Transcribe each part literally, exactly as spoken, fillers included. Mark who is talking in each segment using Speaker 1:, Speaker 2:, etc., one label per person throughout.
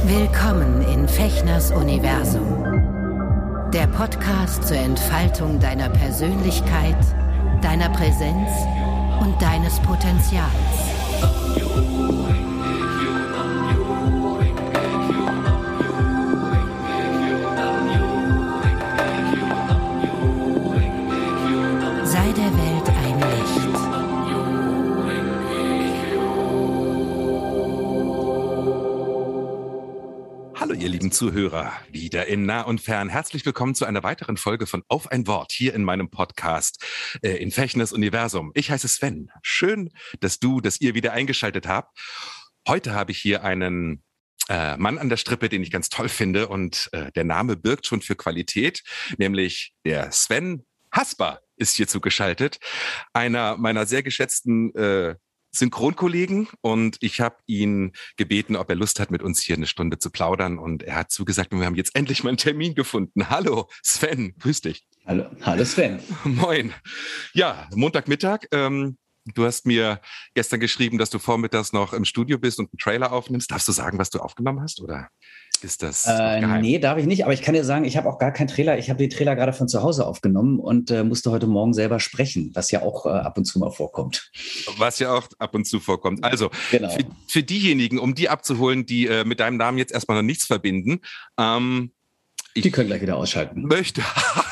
Speaker 1: Willkommen in Fechners Universum. Der Podcast zur Entfaltung deiner Persönlichkeit, deiner Präsenz und deines Potenzials. Sei der Welt ein Licht.
Speaker 2: Hallo ihr lieben Zuhörer, wieder in nah und fern. Herzlich willkommen zu einer weiteren Folge von Auf ein Wort hier in meinem Podcast äh, in Fechners Universum. Ich heiße Sven. Schön, dass du, dass ihr wieder eingeschaltet habt. Heute habe ich hier einen äh, Mann an der Strippe, den ich ganz toll finde und äh, der Name birgt schon für Qualität, nämlich der Sven Hasper ist hier zugeschaltet, einer meiner sehr geschätzten äh, Synchronkollegen, und ich habe ihn gebeten, ob er Lust hat, mit uns hier eine Stunde zu plaudern, und er hat zugesagt und wir haben jetzt endlich mal einen Termin gefunden. Hallo Sven, grüß dich.
Speaker 3: Hallo, hallo Sven.
Speaker 2: Moin. Ja, Montagmittag. Ähm, du hast mir gestern geschrieben, dass du vormittags noch im Studio bist und einen Trailer aufnimmst. Darfst du sagen, was du aufgenommen hast, oder ist das
Speaker 3: äh,
Speaker 2: geheim?
Speaker 3: Nee, darf ich nicht, aber ich kann dir sagen, ich habe auch gar keinen Trailer. Ich habe den Trailer gerade von zu Hause aufgenommen und äh, musste heute Morgen selber sprechen, was ja auch äh, ab und zu mal vorkommt.
Speaker 2: Was ja auch ab und zu vorkommt. Also
Speaker 3: genau.
Speaker 2: für, für diejenigen, um die abzuholen, die äh, mit deinem Namen jetzt erstmal noch nichts verbinden. Ähm,
Speaker 3: die können gleich wieder ausschalten.
Speaker 2: Möchte...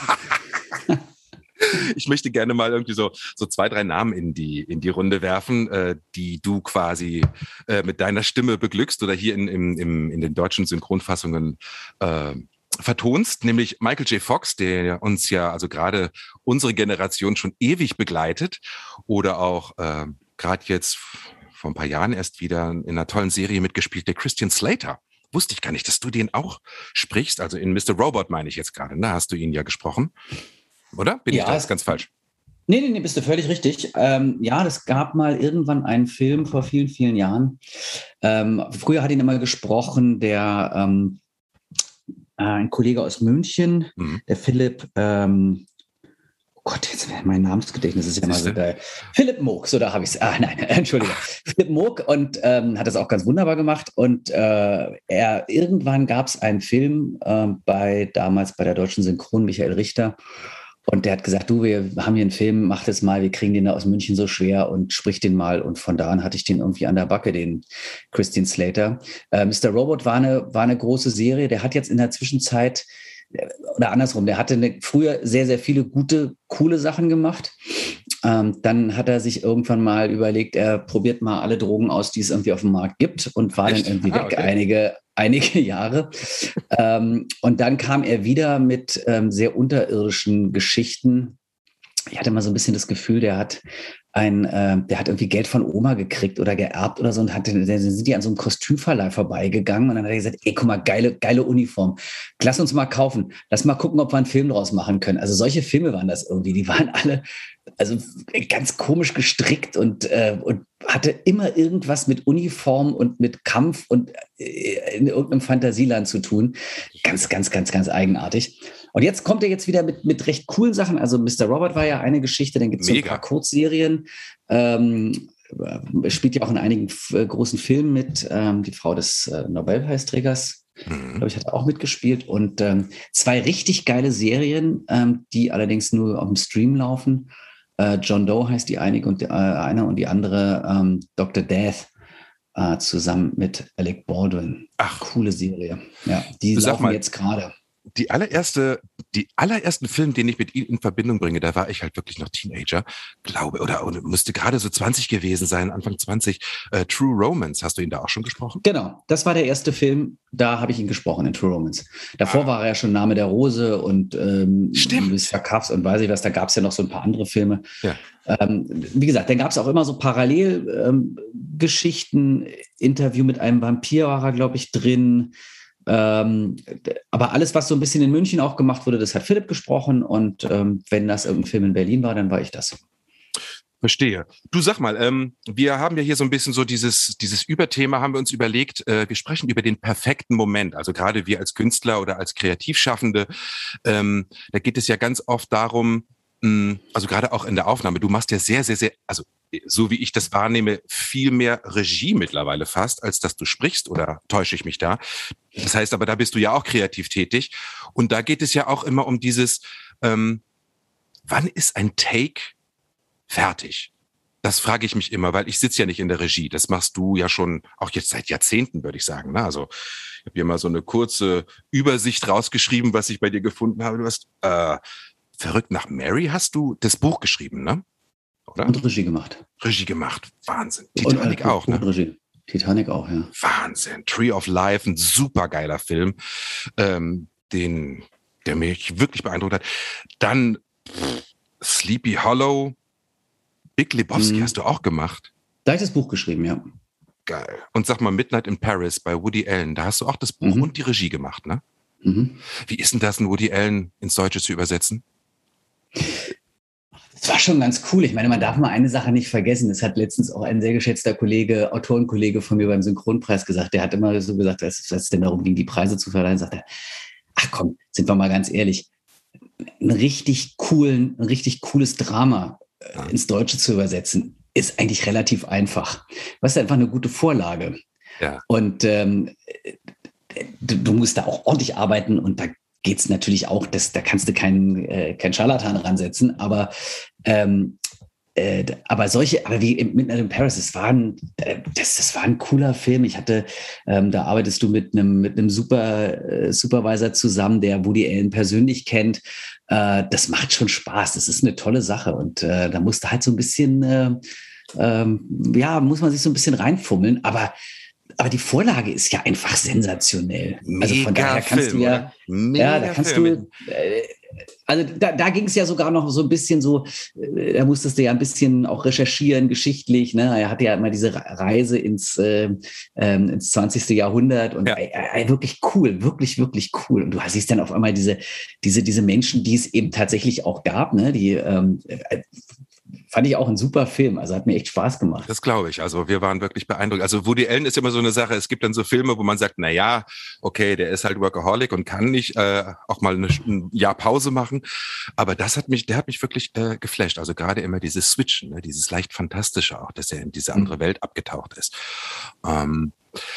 Speaker 2: Ich möchte gerne mal irgendwie so, so zwei, drei Namen in die, in die Runde werfen, äh, die du quasi äh, mit deiner Stimme beglückst oder hier in, im, im, in den deutschen Synchronfassungen äh, vertonst, nämlich Michael J. Fox, der uns ja, also gerade unsere Generation schon ewig begleitet, oder auch äh, gerade jetzt vor ein paar Jahren erst wieder in einer tollen Serie mitgespielt, der Christian Slater. Wusste ich gar nicht, dass du den auch sprichst, also in Mister Robot meine ich jetzt gerade, ne? Hast du ihn ja gesprochen. Oder? Bin ja, ich da jetzt ganz falsch?
Speaker 3: Nee, nee, nee, bist du völlig richtig. Ähm, ja, es gab mal irgendwann einen Film vor vielen, vielen Jahren. Ähm, früher hat ihn immer gesprochen der ähm, äh, ein Kollege aus München, mhm. der Philipp, ähm, oh Gott, jetzt mein Namensgedächtnis ist ja mal so geil. Philipp Moog, so da habe ich es. Ah, nein, Entschuldige. Philipp Moog und ähm, hat das auch ganz wunderbar gemacht. Und äh, er irgendwann gab es einen Film äh, bei damals bei der deutschen Synchron, Michael Richter. Und der hat gesagt, du, wir haben hier einen Film, mach das mal, wir kriegen den da aus München so schwer und sprich den mal. Und von da an hatte ich den irgendwie an der Backe, den Christian Slater. Äh, Mister Robot war eine, war eine große Serie. Der hat jetzt in der Zwischenzeit, oder andersrum, der hatte eine, früher sehr, sehr viele gute, coole Sachen gemacht. Ähm, dann hat er sich irgendwann mal überlegt, er probiert mal alle Drogen aus, die es irgendwie auf dem Markt gibt, und war Echt? dann irgendwie ah, weg, okay. einige, einige Jahre. ähm, und dann kam er wieder mit ähm, sehr unterirdischen Geschichten. Ich hatte mal so ein bisschen das Gefühl, der hat ein, äh, der hat irgendwie Geld von Oma gekriegt oder geerbt oder so, und hat, dann sind die an so einem Kostümverleih vorbeigegangen, und dann hat er gesagt, ey, guck mal, geile, geile Uniform. Lass uns mal kaufen. Lass mal gucken, ob wir einen Film draus machen können. Also solche Filme waren das irgendwie. Die waren alle also ganz komisch gestrickt und, äh, und hatte immer irgendwas mit Uniform und mit Kampf und äh, in irgendeinem Fantasieland zu tun. Ganz, ganz, ganz, ganz eigenartig. Und jetzt kommt er jetzt wieder mit, mit recht coolen Sachen. Also Mister Robot war ja eine Geschichte, dann gibt es so ein paar Kurzserien. Ähm, spielt ja auch in einigen f- großen Filmen mit. Ähm, die Frau des äh, Nobelpreisträgers, mhm. glaube ich, hat auch mitgespielt. Und ähm, zwei richtig geile Serien, ähm, die allerdings nur auf dem Stream laufen. Äh, John Doe heißt die eine und, die, äh, eine und die andere ähm, Doktor Death. Äh, zusammen mit Alec Baldwin.
Speaker 2: Ach,
Speaker 3: coole Serie. Ja, die
Speaker 2: du
Speaker 3: laufen
Speaker 2: mal,
Speaker 3: jetzt gerade.
Speaker 2: Die allererste, die allerersten Film, den ich mit ihm in Verbindung bringe, da war ich halt wirklich noch Teenager, glaube, oder, oder müsste gerade so zwanzig gewesen sein, Anfang zwanzig. Äh, True Romance, hast du ihn da auch schon gesprochen?
Speaker 3: Genau, das war der erste Film, da habe ich ihn gesprochen, in True Romance. Davor ah. war er ja schon Name der Rose und ähm, Mister Cuffs und weiß ich was, da gab es ja noch so ein paar andere Filme. Ja. Ähm, wie gesagt, dann gab es auch immer so Parallelgeschichten, ähm, Interview mit einem Vampir war er, glaube ich, drin. Ähm, aber alles, was so ein bisschen in München auch gemacht wurde, das hat Philipp gesprochen, und ähm, wenn das irgendein Film in Berlin war, dann war ich das.
Speaker 2: Verstehe. Du, sag mal, ähm, wir haben ja hier so ein bisschen so dieses, dieses Überthema, haben wir uns überlegt, äh, wir sprechen über den perfekten Moment, also gerade wir als Künstler oder als Kreativschaffende, ähm, da geht es ja ganz oft darum, mh, also gerade auch in der Aufnahme, du machst ja sehr, sehr, sehr, also so wie ich das wahrnehme, viel mehr Regie mittlerweile fast, als dass du sprichst, oder täusche ich mich da? Das heißt aber, da bist du ja auch kreativ tätig. Und da geht es ja auch immer um dieses, ähm, wann ist ein Take fertig? Das frage ich mich immer, weil ich sitze ja nicht in der Regie. Das machst du ja schon auch jetzt seit Jahrzehnten, würde ich sagen. Ne? Also ich habe hier mal so eine kurze Übersicht rausgeschrieben, was ich bei dir gefunden habe. Du hast äh, verrückt nach Mary hast du das Buch geschrieben, ne? Oder?
Speaker 3: Und Regie gemacht.
Speaker 2: Regie gemacht. Wahnsinn.
Speaker 3: Titanic
Speaker 2: Und, äh, auch, ne?
Speaker 3: Regie. Titanic auch, ja.
Speaker 2: Wahnsinn. Tree of Life, ein supergeiler Film, ähm, den, der mich wirklich beeindruckt hat. Dann pff, Sleepy Hollow, Big Lebowski hm. hast du auch gemacht.
Speaker 3: Da habe ich das Buch geschrieben, ja.
Speaker 2: Geil. Und sag mal, Midnight in Paris bei Woody Allen, da hast du auch das Buch mhm. und die Regie gemacht, ne? Mhm. Wie ist denn das, ein Woody Allen ins Deutsche zu übersetzen?
Speaker 3: Das war schon ganz cool. Ich meine, man darf mal eine Sache nicht vergessen. Das hat letztens auch ein sehr geschätzter Kollege, Autorenkollege von mir beim Synchronpreis gesagt. Der hat immer so gesagt, als es denn darum ging, die Preise zu verleihen, sagt er, ach komm, sind wir mal ganz ehrlich, einen richtig coolen, ein richtig cooles Drama äh, ins Deutsche zu übersetzen, ist eigentlich relativ einfach. Was ist einfach eine gute Vorlage.
Speaker 2: Ja. Und
Speaker 3: ähm, du, du musst da auch ordentlich arbeiten und da geht es natürlich auch, das, da kannst du keinen äh, kein Scharlatan ransetzen, aber ähm, äh, aber solche, aber wie Midnight in Paris, das war ein, das, das war ein cooler Film. Ich hatte, ähm, da arbeitest du mit einem mit einem super äh, Supervisor zusammen, der Woody Allen persönlich kennt. Äh, das macht schon Spaß. Das ist eine tolle Sache und äh, da musst du halt so ein bisschen, äh, ähm, ja, muss man sich so ein bisschen reinfummeln, aber Aber die Vorlage ist ja einfach sensationell.
Speaker 2: Mega
Speaker 3: also von daher kannst
Speaker 2: Film,
Speaker 3: du ja, ja, da kannst
Speaker 2: Film.
Speaker 3: du, äh, also da, da ging es ja sogar noch so ein bisschen so, äh, da musstest du ja ein bisschen auch recherchieren, geschichtlich. Ne? Er hatte ja immer diese Reise ins, äh, ähm, ins zwanzigste Jahrhundert und
Speaker 2: ja.
Speaker 3: äh, äh, wirklich cool, wirklich, wirklich cool. Und du siehst dann auf einmal diese, diese, diese Menschen, die es eben tatsächlich auch gab, ne? die ähm, äh, fand ich auch ein super Film. Also hat mir echt Spaß gemacht.
Speaker 2: Das glaube ich. Also wir waren wirklich beeindruckt. Also Woody Allen ist immer so eine Sache. Es gibt dann so Filme, wo man sagt, na ja, okay, der ist halt Workaholic und kann nicht äh, auch mal eine, ein Jahr Pause machen. Aber das hat mich, der hat mich wirklich äh, geflasht. Also gerade immer dieses Switchen, ne? Dieses leicht Fantastische auch, dass er in diese andere mhm. Welt abgetaucht ist. Ähm,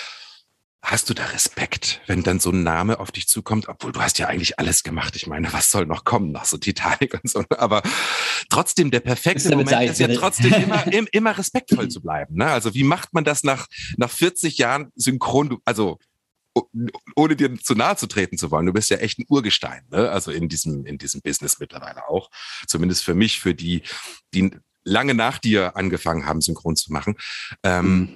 Speaker 2: Hast du da Respekt, wenn dann so ein Name auf dich zukommt? Obwohl, du hast ja eigentlich alles gemacht. Ich meine, was soll noch kommen nach so Titanic und so? Aber trotzdem, der perfekte Moment ist ja trotzdem immer, immer respektvoll zu bleiben. Ne? Also wie macht man das nach, nach vierzig Jahren synchron? Also ohne dir zu nahe zu treten zu wollen. Du bist ja echt ein Urgestein, ne? Also in diesem, in diesem Business mittlerweile auch. Zumindest für mich, für die, die lange nach dir angefangen haben, synchron zu machen. Ähm, mhm.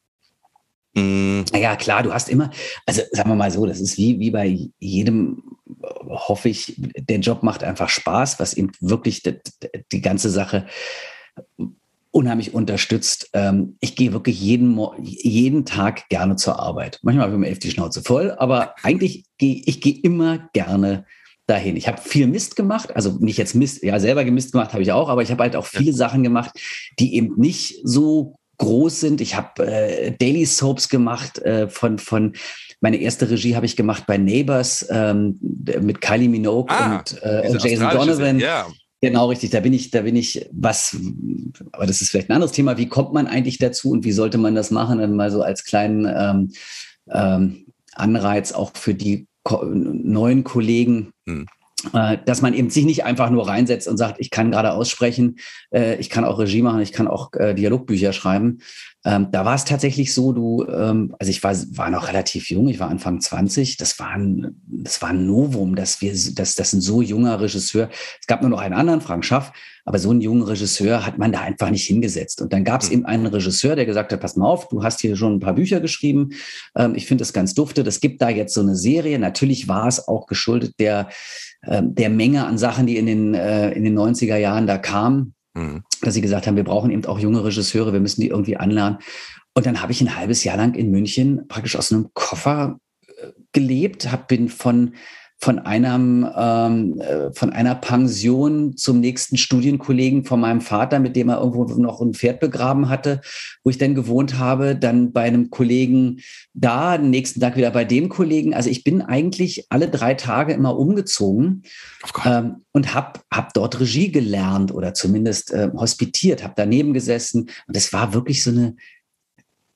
Speaker 3: Ja, klar, du hast immer, also sagen wir mal so, das ist wie, wie bei jedem, hoffe ich, der Job macht einfach Spaß, was ihm wirklich die, die ganze Sache unheimlich unterstützt. Ich gehe wirklich jeden, jeden Tag gerne zur Arbeit. Manchmal habe ich mir elf die Schnauze voll, aber eigentlich gehe ich gehe immer gerne dahin. Ich habe viel Mist gemacht, also nicht jetzt Mist, ja selber Mist gemacht habe ich auch, aber ich habe halt auch viele Sachen gemacht, die eben nicht so groß sind. Ich habe äh, Daily Soaps gemacht äh, von, von meine erste Regie habe ich gemacht bei Neighbours ähm, mit Kylie Minogue ah, und, äh, und Jason Donovan. Ja. Genau, richtig. Da bin ich, da bin ich was, aber das ist vielleicht ein anderes Thema. Wie kommt man eigentlich dazu und wie sollte man das machen? Dann mal so als kleinen ähm, ähm, Anreiz auch für die ko- neuen Kollegen. Hm. Dass man eben sich nicht einfach nur reinsetzt und sagt, ich kann gerade aussprechen, äh, ich kann auch Regie machen, ich kann auch äh, Dialogbücher schreiben. Ähm, da war es tatsächlich so, du, ähm, also ich war, war noch relativ jung, ich war Anfang zwanzig, das war ein, das war ein Novum, dass wir, dass, dass ein so junger Regisseur, es gab nur noch einen anderen, Frank Schaff, aber so einen jungen Regisseur hat man da einfach nicht hingesetzt. Und dann gab es eben einen Regisseur, der gesagt hat, pass mal auf, du hast hier schon ein paar Bücher geschrieben, ähm, ich finde das ganz dufte, es gibt da jetzt so eine Serie, natürlich war es auch geschuldet der der Menge an Sachen, die in den, äh, in den neunziger Jahren da kamen, mhm. dass sie gesagt haben, wir brauchen eben auch junge Regisseure, wir müssen die irgendwie anlernen. Und dann habe ich ein halbes Jahr lang in München praktisch aus einem Koffer äh, gelebt, hab, bin von, von, einem, ähm, äh, von einer Pension zum nächsten Studienkollegen von meinem Vater, mit dem er irgendwo noch ein Pferd begraben hatte, wo ich dann gewohnt habe, dann bei einem Kollegen da, den nächsten Tag wieder bei dem Kollegen. Also ich bin eigentlich alle drei Tage immer umgezogen ähm, und habe hab dort Regie gelernt oder zumindest äh, hospitiert, habe daneben gesessen. Und es war wirklich so eine,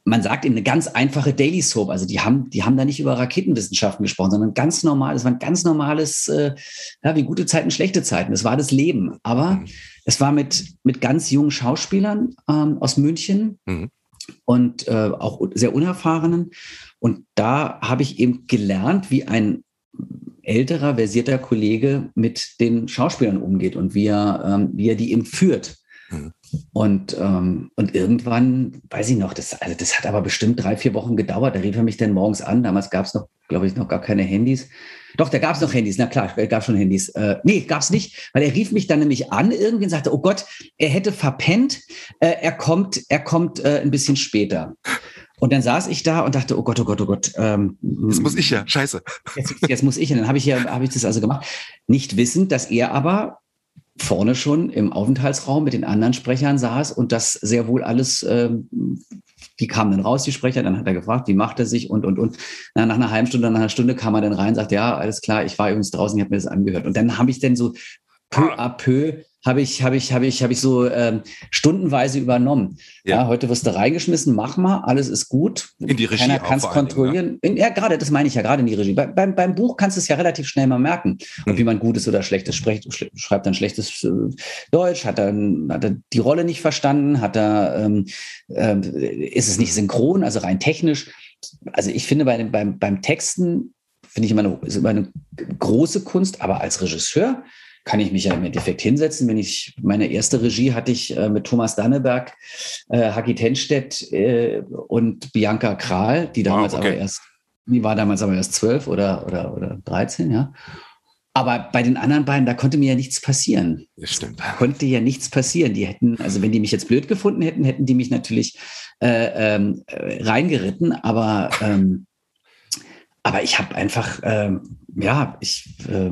Speaker 3: man sagt eben eine ganz einfache Daily Soap. Also die haben, die haben da nicht über Raketenwissenschaften gesprochen, sondern ganz normal, es war ein ganz normales, äh, ja, wie gute Zeiten, schlechte Zeiten. Das war das Leben. Aber mhm. es war mit, mit ganz jungen Schauspielern ähm, aus München mhm. und äh, auch sehr unerfahrenen. Und da habe ich eben gelernt, wie ein älterer, versierter Kollege mit den Schauspielern umgeht und wie er, ähm, wie er die eben führt. Mhm. Und, ähm, und irgendwann, weiß ich noch, das, also das hat aber bestimmt drei, vier Wochen gedauert. Da rief er mich dann morgens an. Damals gab es noch, glaube ich, noch gar keine Handys. Doch, da gab es noch Handys. Na klar, es gab schon Handys. Äh, nee, gab es nicht, weil er rief mich dann nämlich an irgendwie und sagte, oh Gott, er hätte verpennt. Äh, er kommt, er kommt äh, ein bisschen später. Und dann saß ich da und dachte, oh Gott, oh Gott, oh Gott. Ähm,
Speaker 2: jetzt muss ich ja, scheiße.
Speaker 3: Jetzt, jetzt muss ich. Und dann habe ich, ja, hab ich das also gemacht. Nicht wissend, dass er aber vorne schon im Aufenthaltsraum mit den anderen Sprechern saß und das sehr wohl alles, ähm, die kamen dann raus, die Sprecher, dann hat er gefragt, wie macht er sich und, und, und. Na, nach einer halben Stunde, nach einer Stunde kam er dann rein und sagte, ja, alles klar, ich war übrigens draußen, ich habe mir das angehört. Und dann habe ich dann so peu à peu habe ich, habe ich, habe ich, habe ich so ähm, stundenweise übernommen. Ja. Ja, heute wirst du reingeschmissen, mach mal, alles ist gut.
Speaker 2: In die Regie.
Speaker 3: Keiner kann es kontrollieren. In, ja, gerade, das meine ich ja, gerade in die Regie. Bei, beim, beim Buch kannst du es ja relativ schnell mal merken, hm. wie man gutes oder schlechtes spricht. Schreibt dann schlechtes äh, Deutsch, hat er, hat er die Rolle nicht verstanden, hat er, ähm, äh, ist es nicht synchron, also rein technisch. Also ich finde, bei, beim, beim Texten finde ich immer eine, ist immer eine große Kunst, aber als Regisseur kann ich mich ja im Endeffekt hinsetzen. Wenn ich meine erste Regie hatte ich äh, mit Thomas Danneberg, äh, Haki Tenstedt äh, und Bianca Krahl, die damals oh, okay. aber erst, die war damals aber erst zwölf oder, oder, oder dreizehn, ja. Aber bei den anderen beiden, da konnte mir ja nichts passieren.
Speaker 2: Das stimmt.
Speaker 3: Da konnte ja nichts passieren. Die hätten, also wenn die mich jetzt blöd gefunden hätten, hätten die mich natürlich äh, ähm, reingeritten, aber ähm, aber ich habe einfach, ähm, ja, ich äh,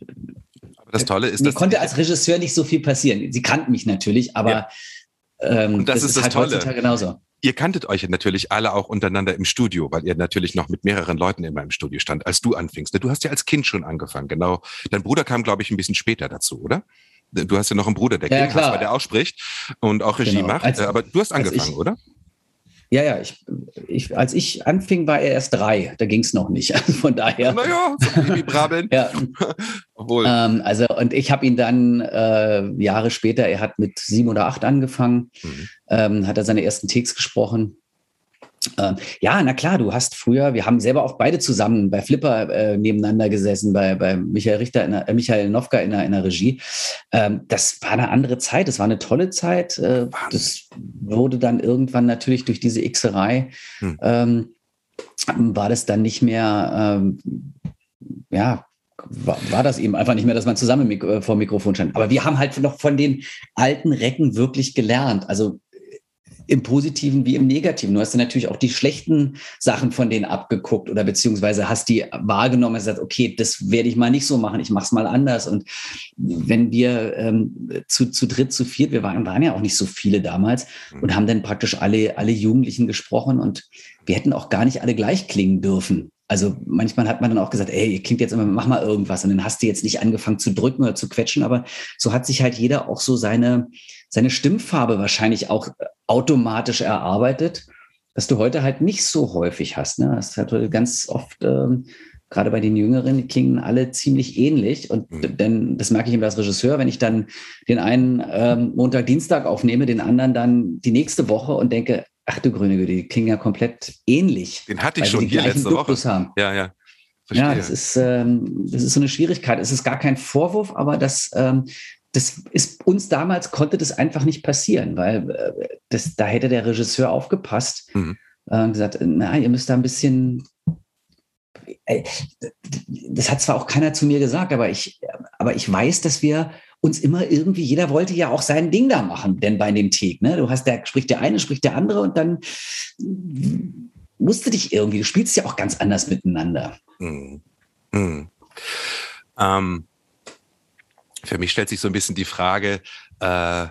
Speaker 2: Das Tolle ist,
Speaker 3: mir
Speaker 2: dass
Speaker 3: konnte als Regisseur nicht so viel passieren. Sie kannten mich natürlich, aber
Speaker 2: ja.
Speaker 3: ähm,
Speaker 2: und das, das ist, ist das halt Tolle.
Speaker 3: Heutzutage genauso.
Speaker 2: Ihr kanntet euch natürlich alle auch untereinander im Studio, weil ihr natürlich noch mit mehreren Leuten in meinem Studio stand, als du anfingst. Du hast ja als Kind schon angefangen, genau. Dein Bruder kam, glaube ich, ein bisschen später dazu, oder? Du hast ja noch einen Bruder, der
Speaker 3: ja,
Speaker 2: Kind hat, weil der auch spricht und auch Regie genau. macht. Als, aber du hast angefangen, ich, oder?
Speaker 3: Ja, ja, ich, ich, als ich anfing, war er erst drei. Da ging es noch nicht. Also von daher.
Speaker 2: Naja, so Baby brabbeln.
Speaker 3: ja. Obwohl. Ähm, also, und ich habe ihn dann äh, Jahre später, er hat mit sieben oder acht angefangen, mhm. ähm, hat er seine ersten Takes gesprochen. Ähm, ja, na klar, du hast früher, wir haben selber auch beide zusammen bei Flipper äh, nebeneinander gesessen, bei, bei Michael Richter, in der, äh, Michael Nowka in der, in der Regie. Ähm, das war eine andere Zeit, das war eine tolle Zeit. Äh, das wurde dann irgendwann natürlich durch diese Xerei, hm. ähm, war das dann nicht mehr, ähm, ja, war, war das eben einfach nicht mehr, dass man zusammen Mik- äh, vor dem Mikrofon stand. Aber wir haben halt noch von den alten Recken wirklich gelernt. Also im Positiven wie im Negativen. Du hast ja natürlich auch die schlechten Sachen von denen abgeguckt oder beziehungsweise hast die wahrgenommen und gesagt, okay, das werde ich mal nicht so machen, ich mache es mal anders. Und wenn wir ähm, zu, zu dritt, zu viert, wir waren, waren ja auch nicht so viele damals und haben dann praktisch alle, alle Jugendlichen gesprochen und wir hätten auch gar nicht alle gleich klingen dürfen. Also manchmal hat man dann auch gesagt, ey, ihr klingt jetzt immer, mach mal irgendwas. Und dann hast du jetzt nicht angefangen zu drücken oder zu quetschen, aber so hat sich halt jeder auch so seine, seine Stimmfarbe wahrscheinlich auch automatisch erarbeitet, dass du heute halt nicht so häufig hast. Ne? Das ist halt ganz oft, ähm, gerade bei den Jüngeren, die klingen alle ziemlich ähnlich. Und mhm. denn das merke ich eben als Regisseur, wenn ich dann den einen ähm, Montag, Dienstag aufnehme, den anderen dann die nächste Woche und denke, ach du grüne Güte, die klingen ja komplett ähnlich.
Speaker 2: Den hatte ich schon hier letzte Woche.
Speaker 3: Haben.
Speaker 2: Ja, ja. Verstehe.
Speaker 3: Ja, das ist, ähm, das ist so eine Schwierigkeit. Es ist gar kein Vorwurf, aber das, ähm, das ist uns damals konnte das einfach nicht passieren, weil äh, das, da hätte der Regisseur aufgepasst mhm. äh, und gesagt, na, ihr müsst da ein bisschen. Äh, das hat zwar auch keiner zu mir gesagt, aber ich, aber ich weiß, dass wir uns immer irgendwie, jeder wollte ja auch sein Ding da machen, denn bei dem Take, ne? Du hast, der spricht der eine, spricht der andere und dann musst du dich irgendwie, du spielst ja auch ganz anders miteinander.
Speaker 2: Hm. Hm. Ähm, für mich stellt sich so ein bisschen die Frage, äh,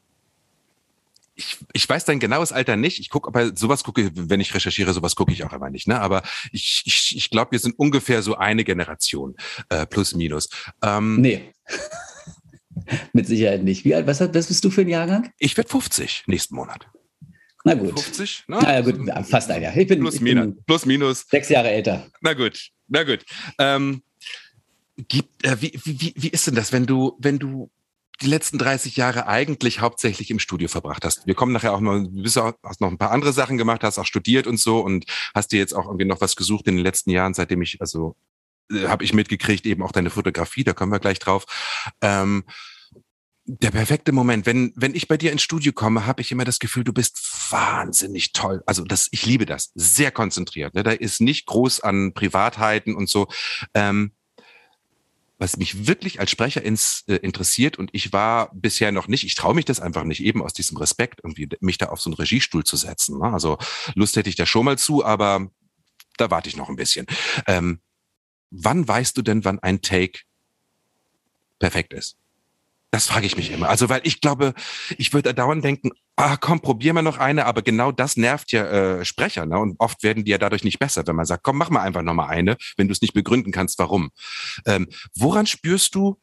Speaker 2: ich, ich weiß dein genaues Alter nicht. Ich gucke, aber sowas gucke, wenn ich recherchiere, sowas gucke ich auch immer nicht. Ne? Aber ich, ich, ich glaube, wir sind ungefähr so eine Generation, äh, plus minus. Ähm,
Speaker 3: nee. Mit Sicherheit nicht. Wie alt, was, was bist du für ein Jahrgang?
Speaker 2: Ich werde fünfzig nächsten Monat.
Speaker 3: Na gut.
Speaker 2: fünfzig? Ne?
Speaker 3: Na ja, gut, fast ein Jahr. Ich bin,
Speaker 2: plus,
Speaker 3: ich
Speaker 2: minus,
Speaker 3: bin
Speaker 2: plus, minus.
Speaker 3: Sechs Jahre älter.
Speaker 2: Na gut, na gut. Ähm, gibt, äh, wie, wie, wie ist denn das, wenn du, wenn du die letzten dreißig Jahre eigentlich hauptsächlich im Studio verbracht hast? Wir kommen nachher auch mal, du bist auch, hast noch ein paar andere Sachen gemacht, hast auch studiert und so und hast dir jetzt auch irgendwie noch was gesucht in den letzten Jahren, seitdem ich, also äh, habe ich mitgekriegt, eben auch deine Fotografie, da kommen wir gleich drauf. Ähm, Der perfekte Moment, wenn wenn ich bei dir ins Studio komme, habe ich immer das Gefühl, du bist wahnsinnig toll. Also das, ich liebe das, sehr konzentriert. Ne? Da ist nicht groß an Privatheiten und so. Ähm, was mich wirklich als Sprecher ins, äh, interessiert und ich war bisher noch nicht, ich traue mich das einfach nicht, eben aus diesem Respekt irgendwie, mich da auf so einen Regiestuhl zu setzen. Ne? Also Lust hätte ich da schon mal zu, aber da warte ich noch ein bisschen. Ähm, wann weißt du denn, wann ein Take perfekt ist? Das frage ich mich immer. Also, weil ich glaube, ich würde dauernd denken, ah, komm, probier mal noch eine, aber genau das nervt ja äh, Sprecher, ne? Und oft werden die ja dadurch nicht besser, wenn man sagt, komm, mach mal einfach noch mal eine, wenn du es nicht begründen kannst, warum. Ähm, woran spürst du,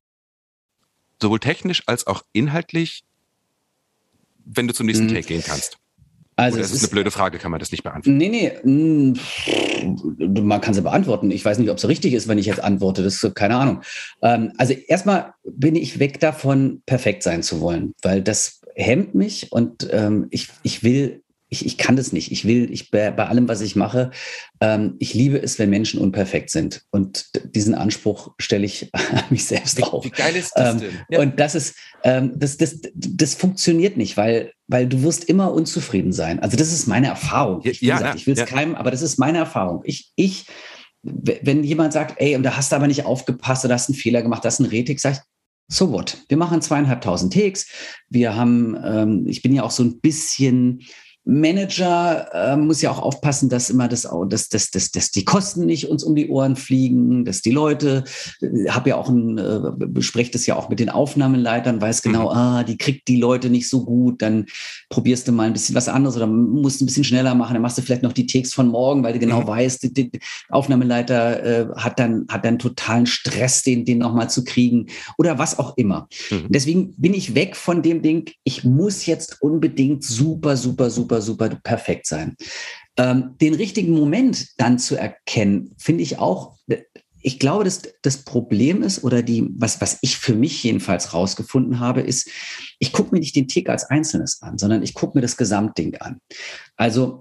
Speaker 2: sowohl technisch als auch inhaltlich, wenn du zum nächsten Take gehen kannst?
Speaker 3: Also
Speaker 2: Oder
Speaker 3: es
Speaker 2: ist es eine blöde Frage, kann man das nicht beantworten?
Speaker 3: Nee, nee, mh, man kann sie beantworten. Ich weiß nicht, ob es richtig ist, wenn ich jetzt antworte. Das ist keine Ahnung. Ähm, also erstmal bin ich weg davon, perfekt sein zu wollen, weil das hemmt mich und ähm, ich, ich will, ich, ich kann das nicht. Ich will, ich bei, bei allem, was ich mache, ähm, ich liebe es, wenn Menschen unperfekt sind. Und d- diesen Anspruch stelle ich an mich selbst
Speaker 2: Wie,
Speaker 3: auf.
Speaker 2: wie geil ist das
Speaker 3: Ähm,
Speaker 2: denn? Ja.
Speaker 3: Und das ist, ähm, das, das, das funktioniert nicht, weil, weil du wirst immer unzufrieden sein. Also das ist meine Erfahrung. Ich, wie
Speaker 2: Ja,
Speaker 3: gesagt,
Speaker 2: ja,
Speaker 3: ich will es
Speaker 2: ja.
Speaker 3: keinem, aber das ist meine Erfahrung. Ich, ich, w- wenn jemand sagt, ey, und da hast du aber nicht aufgepasst oder hast einen Fehler gemacht, das ist ein Retik, sag ich, so what? Wir machen zweieinhalbtausend Takes. Wir haben, ähm, ich bin ja auch so ein bisschen Manager, äh, muss ja auch aufpassen, dass immer das, dass, dass, dass, dass die Kosten nicht uns um die Ohren fliegen, dass die Leute, äh, habe ja auch ein, äh, bespreche das ja auch mit den Aufnahmeleitern, weiß genau,
Speaker 2: Mhm.
Speaker 3: ah, die kriegt die Leute nicht so gut, dann probierst du mal ein bisschen was anderes oder musst ein bisschen schneller machen, dann machst du vielleicht noch die Takes von morgen, weil du genau
Speaker 2: Mhm.
Speaker 3: weißt, die, die Aufnahmeleiter äh, hat dann hat dann totalen Stress, den, den nochmal zu kriegen oder was auch immer.
Speaker 2: Mhm.
Speaker 3: Deswegen bin ich weg von dem Ding, ich muss jetzt unbedingt super, super, super, super perfekt sein. Ähm, den richtigen Moment dann zu erkennen, finde ich auch, ich glaube, dass das Problem ist oder die, was, was ich für mich jedenfalls rausgefunden habe, ist, ich gucke mir nicht den Tick als Einzelnes an, sondern ich gucke mir das Gesamtding an. Also,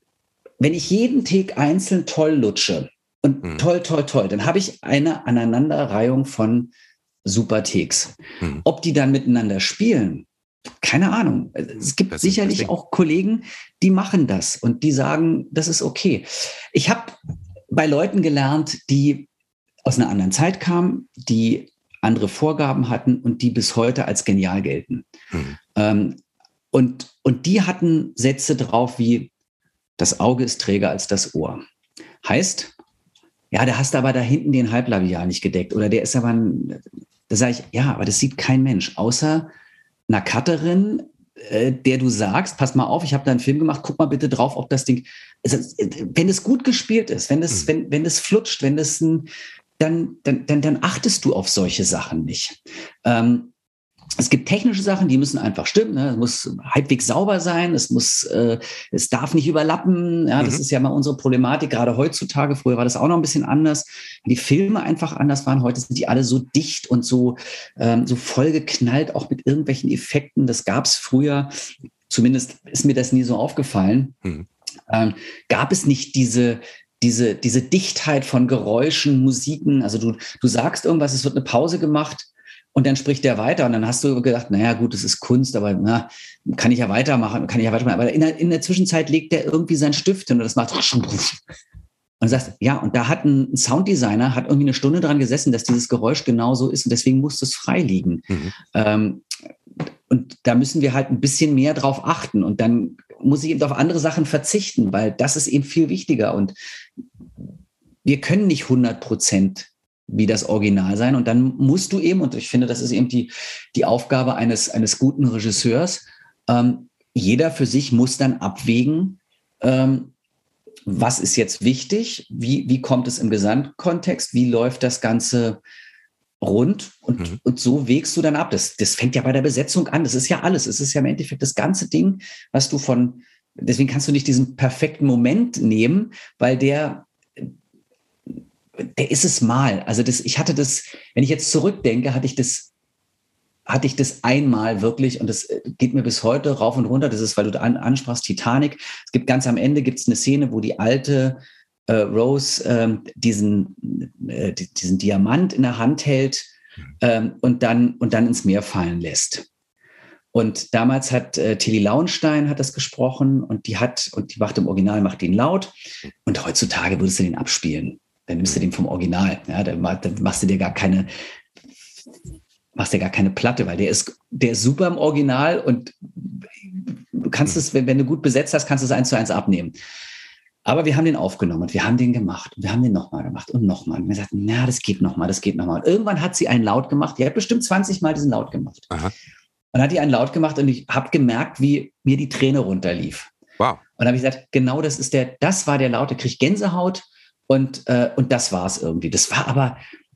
Speaker 3: wenn ich jeden Tick einzeln toll lutsche und
Speaker 2: Mhm.
Speaker 3: toll, toll, toll, dann habe ich eine Aneinanderreihung von super Ticks.
Speaker 2: Mhm.
Speaker 3: Ob die dann miteinander spielen, keine Ahnung. Es gibt
Speaker 2: Das ist das
Speaker 3: sicherlich
Speaker 2: Ding.
Speaker 3: auch Kollegen, die machen das und die sagen, das ist okay. Ich habe bei Leuten gelernt, die aus einer anderen Zeit kamen, die andere Vorgaben hatten und die bis heute als genial gelten.
Speaker 2: Mhm.
Speaker 3: Ähm, und, und die hatten Sätze drauf wie, das Auge ist träger als das Ohr. Heißt, ja, da hast du aber da hinten den Halblabial nicht gedeckt oder der ist aber ein, da sage ich, ja, aber das sieht kein Mensch, außer einer Cutterin, äh, der du sagst, pass mal auf, ich habe da einen Film gemacht, guck mal bitte drauf, ob das Ding, also, wenn es gut gespielt ist, wenn das,
Speaker 2: Mhm.
Speaker 3: wenn, wenn das flutscht, wenn das ein, dann, dann, dann, dann achtest du auf solche Sachen nicht. Ähm, es gibt technische Sachen, die müssen einfach stimmen. Ne? Es muss halbwegs sauber sein, es muss, äh, es darf nicht überlappen. Ja, das
Speaker 2: Mhm.
Speaker 3: ist ja mal unsere Problematik, gerade heutzutage. Früher war das auch noch ein bisschen anders. Die Filme einfach anders waren. Heute sind die alle so dicht und so, ähm, so vollgeknallt, auch mit irgendwelchen Effekten. Das gab es früher. Zumindest ist mir das nie so aufgefallen.
Speaker 2: Mhm.
Speaker 3: Ähm, gab es nicht diese, diese, diese Dichtheit von Geräuschen, Musiken. Also du, du sagst irgendwas, es wird eine Pause gemacht. Und dann spricht der weiter und dann hast du gedacht, naja gut, es ist Kunst, aber na, kann ich ja weitermachen, kann ich ja weitermachen. Aber in der, in der Zwischenzeit legt der irgendwie seinen Stift hin und das macht und du sagst, ja, und da hat ein Sounddesigner, hat irgendwie eine Stunde dran gesessen, dass dieses Geräusch genauso ist und deswegen muss es frei liegen.
Speaker 2: Mhm.
Speaker 3: Ähm, und da müssen wir halt ein bisschen mehr drauf achten und dann muss ich eben auf andere Sachen verzichten, weil das ist eben viel wichtiger und wir können nicht hundert Prozent wie das Original sein. Und dann musst du eben, und ich finde, das ist eben die, die Aufgabe eines, eines guten Regisseurs, ähm, jeder für sich muss dann abwägen, ähm, was ist jetzt wichtig, wie, wie kommt es im Gesamtkontext, wie läuft das Ganze rund und,
Speaker 2: Mhm.
Speaker 3: und so wägst du dann ab. Das, das fängt ja bei der Besetzung an. Das ist ja alles. Es ist ja im Endeffekt das ganze Ding, was du von, deswegen kannst du nicht diesen perfekten Moment nehmen, weil der, der ist es mal. Also das, ich hatte das, wenn ich jetzt zurückdenke, hatte ich das, hatte ich das einmal wirklich, und das geht mir bis heute rauf und runter. Das ist, weil du an, ansprachst, Titanic. Es gibt ganz am Ende gibt's eine Szene, wo die alte äh, Rose ähm, diesen, äh, diesen Diamant in der Hand hält ähm, und dann, und dann ins Meer fallen lässt. Und damals hat äh, Tilly Lauenstein hat das gesprochen und die hat, und die macht im Original, macht den laut. Und heutzutage würdest du den abspielen. Dann nimmst du den vom Original. Ja, dann, dann machst du dir gar keine, machst dir gar keine Platte, weil der ist, der ist super im Original und du kannst es, wenn, wenn du gut besetzt hast, kannst du es eins zu eins abnehmen. Aber wir haben den aufgenommen und wir haben den gemacht und wir haben den nochmal gemacht und nochmal. Und wir sagten, na, das geht nochmal, das geht nochmal. Und irgendwann hat sie einen Laut gemacht. Die hat bestimmt zwanzig Mal diesen Laut gemacht.
Speaker 2: Aha.
Speaker 3: Und dann hat die einen Laut gemacht und ich habe gemerkt, wie mir die Träne runterlief.
Speaker 2: Wow.
Speaker 3: Und dann habe ich gesagt, genau das ist der, das war der Laut, der kriegt Gänsehaut und, äh, und das war es irgendwie. Das war aber,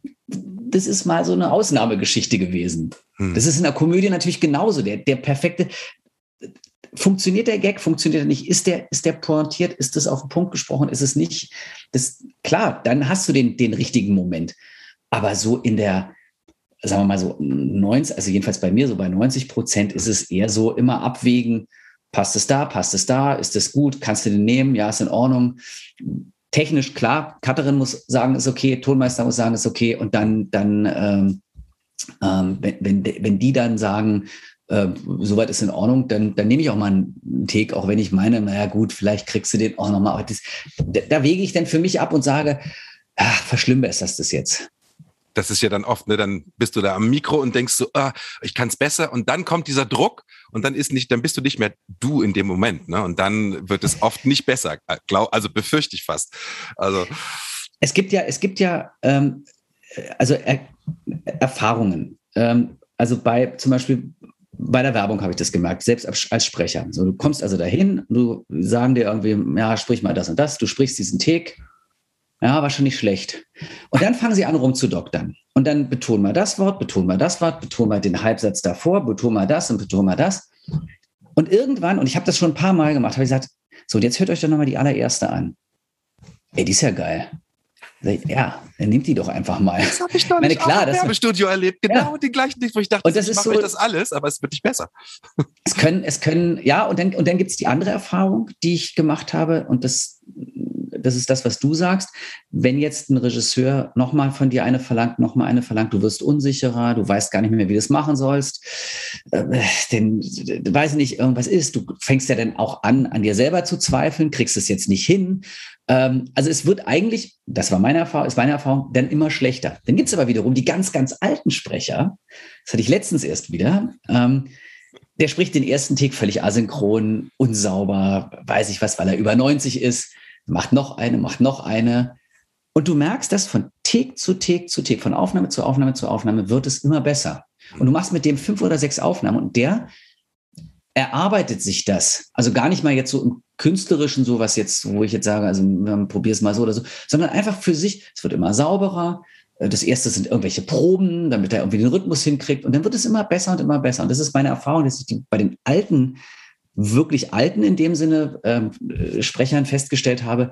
Speaker 3: das ist mal so eine Ausnahmegeschichte gewesen. Hm. Das ist in der Komödie natürlich genauso. Der, der perfekte, funktioniert der Gag, funktioniert er nicht? Ist der, ist der pointiert? Ist das auf den Punkt gesprochen? Ist es nicht? Das, klar, dann hast du den, den richtigen Moment. Aber so in der, sagen wir mal so neunzig, also jedenfalls bei mir so bei neunzig Prozent ist es eher so immer abwägen, passt es da, passt es da, ist es gut, kannst du den nehmen, ja, ist in Ordnung. Technisch klar, Cutterin muss sagen, ist okay, Tonmeister muss sagen, ist okay und dann, dann ähm, ähm, wenn, wenn, wenn die dann sagen, äh, soweit ist in Ordnung, dann, dann nehme ich auch mal einen Take, auch wenn ich meine, naja gut, vielleicht kriegst du den auch nochmal. Da, da wege ich dann für mich ab und sage, ach, verschlimmbesserst das jetzt.
Speaker 2: Das ist ja dann oft, ne, dann bist du da am Mikro und denkst so, ah, ich kann es besser und dann kommt dieser Druck und dann ist nicht, dann bist du nicht mehr du in dem Moment, ne? Und dann wird es oft nicht besser, glaub, also befürchte ich fast. Also
Speaker 3: es gibt ja, es gibt ja, ähm, also er, Erfahrungen. Ähm, also bei zum Beispiel bei der Werbung habe ich das gemerkt, selbst als Sprecher. So, du kommst also dahin, du sagen dir irgendwie, ja, sprich mal das und das, du sprichst diesen Take. Ja, war schon nicht schlecht. Und dann fangen sie an, rumzudoktern. Und dann betonen wir das Wort, betonen wir das Wort, betonen wir den Halbsatz davor, betonen wir das und betonen wir das. Und irgendwann, und ich habe das schon ein paar Mal gemacht, habe ich gesagt, so, und jetzt hört euch doch nochmal die allererste an. Ey, die ist ja geil. Ja, dann nehmt die doch einfach mal.
Speaker 2: Das habe ich noch nicht
Speaker 3: klar,
Speaker 2: auch im Werbestudio erlebt. Genau
Speaker 3: ja.
Speaker 2: die gleichen Dinge, wo ich dachte,
Speaker 3: und das
Speaker 2: ich
Speaker 3: ist
Speaker 2: mache
Speaker 3: so,
Speaker 2: euch das alles, aber es wird nicht besser.
Speaker 3: Es können, es können, ja, und dann, und dann gibt es die andere Erfahrung, die ich gemacht habe, und das, das ist das, was du sagst. Wenn jetzt ein Regisseur nochmal von dir eine verlangt, nochmal eine verlangt, du wirst unsicherer, du weißt gar nicht mehr, wie du es machen sollst, äh, denn, du weißt nicht, irgendwas ist, du fängst ja dann auch an, an dir selber zu zweifeln, kriegst es jetzt nicht hin. Ähm, also es wird eigentlich, das war meine Erfahrung, ist meine Erfahrung, dann immer schlechter. Dann gibt es aber wiederum die ganz, ganz alten Sprecher, das hatte ich letztens erst wieder, ähm, der spricht den ersten Take völlig asynchron, unsauber, weiß ich was, weil er über neunzig ist, macht noch eine, macht noch eine. Und du merkst, dass von Take zu Take zu Take, von Aufnahme zu Aufnahme zu Aufnahme wird es immer besser. Und du machst mit dem fünf oder sechs Aufnahmen und der erarbeitet sich das. Also gar nicht mal jetzt so im Künstlerischen, so was jetzt, wo ich jetzt sage, also probier es mal so oder so, sondern einfach für sich, es wird immer sauberer. Das erste sind irgendwelche Proben, damit er irgendwie den Rhythmus hinkriegt. Und dann wird es immer besser und immer besser. Und das ist meine Erfahrung, dass ich die, bei den alten, wirklich alten in dem Sinne ähm, Sprechern festgestellt habe,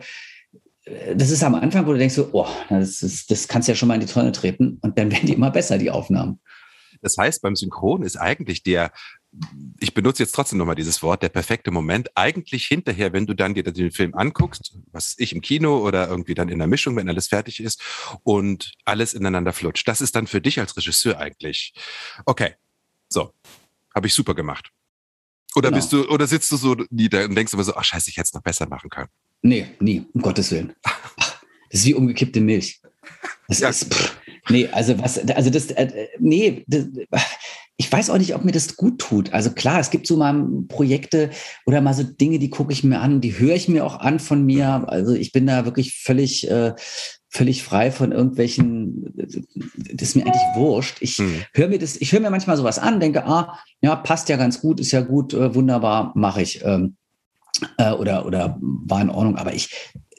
Speaker 3: das ist am Anfang, wo du denkst so, oh, das, ist, das kannst du ja schon mal in die Tonne treten. Und dann werden die immer besser, die Aufnahmen.
Speaker 2: Das heißt, beim Synchron ist eigentlich der, ich benutze jetzt trotzdem nochmal dieses Wort, der perfekte Moment, eigentlich hinterher, wenn du dann dir den Film anguckst, was ich im Kino oder irgendwie dann in der Mischung, wenn alles fertig ist und alles ineinander flutscht. Das ist dann für dich als Regisseur eigentlich, okay, so, habe ich super gemacht. Oder genau. bist du, oder sitzt du so nieder und denkst immer so, ach scheiße, ich hätte es noch besser machen können?
Speaker 3: Nee, nie, um Gottes Willen. Das ist wie umgekippte Milch. Das ja. ist, pff, nee, also was, also das, äh, nee, das, ich weiß auch nicht, ob mir das gut tut. Also klar, es gibt so mal Projekte oder mal so Dinge, die gucke ich mir an, die höre ich mir auch an von mir. Also ich bin da wirklich völlig, äh, völlig frei von irgendwelchen, das ist mir eigentlich wurscht. Ich hm. höre mir das, ich höre mir manchmal sowas an, denke, ah, ja, passt ja ganz gut, ist ja gut, äh, wunderbar, mache ich. Ähm, äh, oder, oder war in Ordnung, aber ich,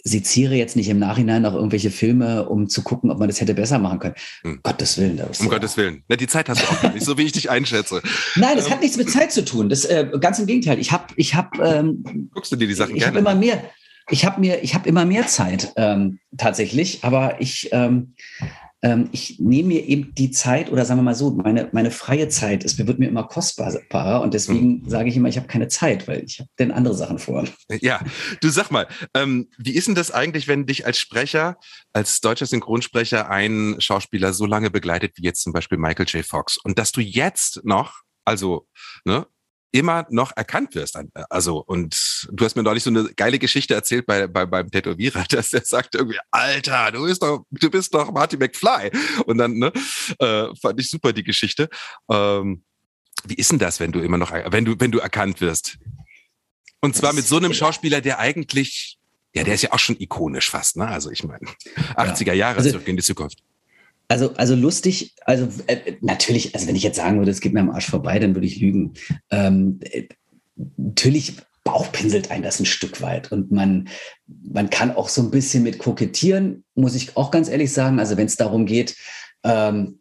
Speaker 3: seziere jetzt nicht im Nachhinein noch irgendwelche Filme, um zu gucken, ob man das hätte besser machen können.
Speaker 2: Hm.
Speaker 3: Um Gottes Willen. Das
Speaker 2: um
Speaker 3: ja.
Speaker 2: Gottes Willen. Na, die Zeit hast du auch gar nicht, so wie ich dich einschätze.
Speaker 3: Nein, das
Speaker 2: ähm,
Speaker 3: hat nichts mit Zeit zu tun. Das, äh, ganz im Gegenteil. Ich habe, ich habe, ähm,
Speaker 2: guckst du dir die Sachen
Speaker 3: ich
Speaker 2: gerne
Speaker 3: habe immer
Speaker 2: an?
Speaker 3: mehr, ich habe mir, ich habe immer mehr Zeit ähm, tatsächlich, aber ich, ähm, ähm, ich nehme mir eben die Zeit oder sagen wir mal so, meine, meine freie Zeit ist, wird mir immer kostbarer und deswegen mhm. sage ich immer, ich habe keine Zeit, weil ich habe denn andere Sachen vor.
Speaker 2: Ja, du sag mal, ähm, wie ist denn das eigentlich, wenn dich als Sprecher, als deutscher Synchronsprecher ein Schauspieler so lange begleitet wie jetzt zum Beispiel Michael J. Fox und dass du jetzt noch, also, ne, immer noch erkannt wirst. Also, und du hast mir neulich so eine geile Geschichte erzählt bei, bei, beim Tätowierer, dass der sagt irgendwie, Alter, du bist doch, du bist doch Marty McFly. Und dann, ne, äh, fand ich super die Geschichte. Ähm, wie ist denn das, wenn du immer noch, wenn du, wenn du erkannt wirst? Und zwar mit so einem Schauspieler, der eigentlich, ja, der ist ja auch schon ikonisch fast, ne? Also ich meine, achtziger Jahre
Speaker 3: also,
Speaker 2: zurück in die Zukunft.
Speaker 3: Also, also lustig, also äh, natürlich, also wenn ich jetzt sagen würde, es geht mir am Arsch vorbei, dann würde ich lügen. Ähm, äh, natürlich bauchpinselt einen das ein Stück weit und man, man kann auch so ein bisschen mit kokettieren, muss ich auch ganz ehrlich sagen. Also wenn es darum geht, ähm,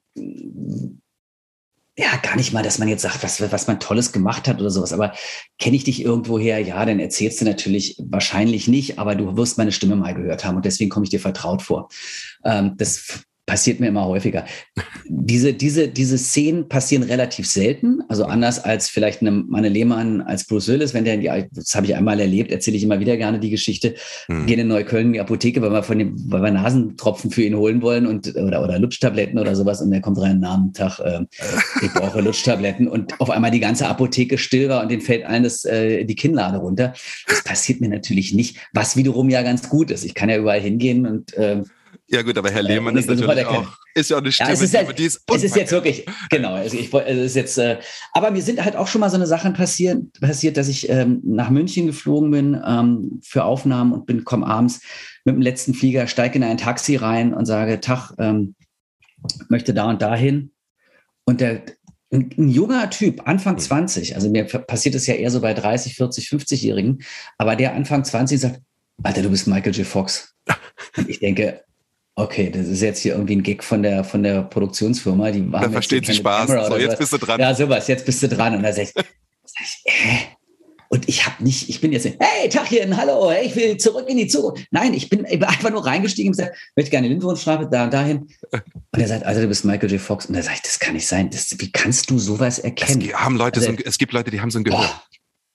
Speaker 3: ja, gar nicht mal, dass man jetzt sagt, was, was man Tolles gemacht hat oder sowas, aber kenne ich dich irgendwoher? Ja, dann erzählst du natürlich wahrscheinlich nicht, aber du wirst meine Stimme mal gehört haben und deswegen komme ich dir vertraut vor. Ähm, das passiert mir immer häufiger. Diese, diese, diese Szenen passieren relativ selten, also anders als vielleicht eine Manne Lehmann als Bruce Willis, wenn der in die, das habe ich einmal erlebt, erzähle ich immer wieder gerne die Geschichte, hm. gehen in Neukölln in die Apotheke, weil wir von dem, weil wir Nasentropfen für ihn holen wollen und oder, oder Lutschtabletten oder sowas und der kommt rein am Tag, äh, ich brauche Lutschtabletten und auf einmal die ganze Apotheke still war und denen fällt alles äh, die Kinnlade runter. Das passiert mir natürlich nicht, was wiederum ja ganz gut ist. Ich kann ja überall hingehen und äh,
Speaker 2: ja gut, aber Herr Lehmann äh, ist natürlich auch, ist ja auch eine Stimme,
Speaker 3: ja, es ist, halt,
Speaker 2: die ist
Speaker 3: es ist jetzt wirklich, genau, also ich, also es ist jetzt, äh, aber mir sind halt auch schon mal so eine Sachen passiert, passiert, dass ich ähm, nach München geflogen bin ähm, für Aufnahmen und bin, komme abends mit dem letzten Flieger, steige in ein Taxi rein und sage, Tag, ähm, möchte da und dahin. Und der, ein, ein junger Typ, Anfang zwanzig, also mir passiert es ja eher so bei dreißig, vierzig, fünfzig-Jährigen, aber der Anfang zwanzig sagt, Alter, du bist Michael J. Fox. Und ich denke, okay, das ist jetzt hier irgendwie ein Gig von der, von der Produktionsfirma. Die
Speaker 2: da versteht sie Spaß. So, jetzt bist du dran.
Speaker 3: Ja, sowas, jetzt bist du dran. Und da sag ich, sag ich äh? Und ich habe nicht, ich bin jetzt nicht, hey, Tachchen, hallo, hey, ich will zurück in die Zukunft. Nein, ich bin, ich bin einfach nur reingestiegen und gesagt, möchte gerne Lindwurmstrafe, da und dahin. Und er sagt, also du bist Michael J. Fox. Und da sage ich, das kann nicht sein. Das, wie kannst du sowas erkennen?
Speaker 2: Es, haben Leute
Speaker 3: also,
Speaker 2: so ein, es gibt Leute, die haben so ein Gehör.
Speaker 3: Boah.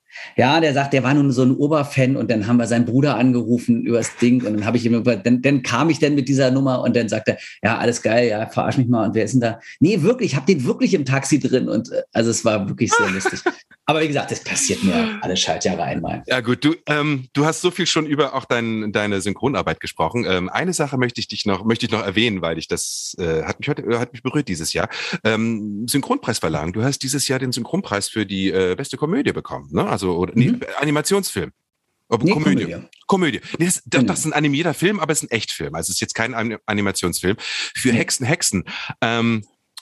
Speaker 3: Ja, der sagt, der war nun so ein Oberfan und dann haben wir seinen Bruder angerufen übers Ding und dann habe ich ihm über, dann, dann kam ich dann mit dieser Nummer und dann sagt er, ja, alles geil, ja, verarsch mich mal und wer ist denn da? Nee, wirklich, ich habe den wirklich im Taxi drin und also es war wirklich sehr lustig. Aber wie gesagt, das passiert mir alle Schaltjahre einmal.
Speaker 2: Ja gut, du, ähm, du hast so viel schon über auch dein, deine Synchronarbeit gesprochen. Ähm, eine Sache möchte ich dich noch, möchte ich noch erwähnen, weil ich das äh, hat mich heute äh, hat mich berührt dieses Jahr. Ähm, Synchronpreisverleihung. Du hast dieses Jahr den Synchronpreis für die äh, beste Komödie bekommen, ne? Also oder nee, mhm. Animationsfilm. Aber nee, Komödie. Komödie. Komödie. Nee, das, das, das ist ein animierter Film, aber es ist ein Echtfilm. Also es ist jetzt kein Animationsfilm. Für nee. Hexen, Hexen. Ähm,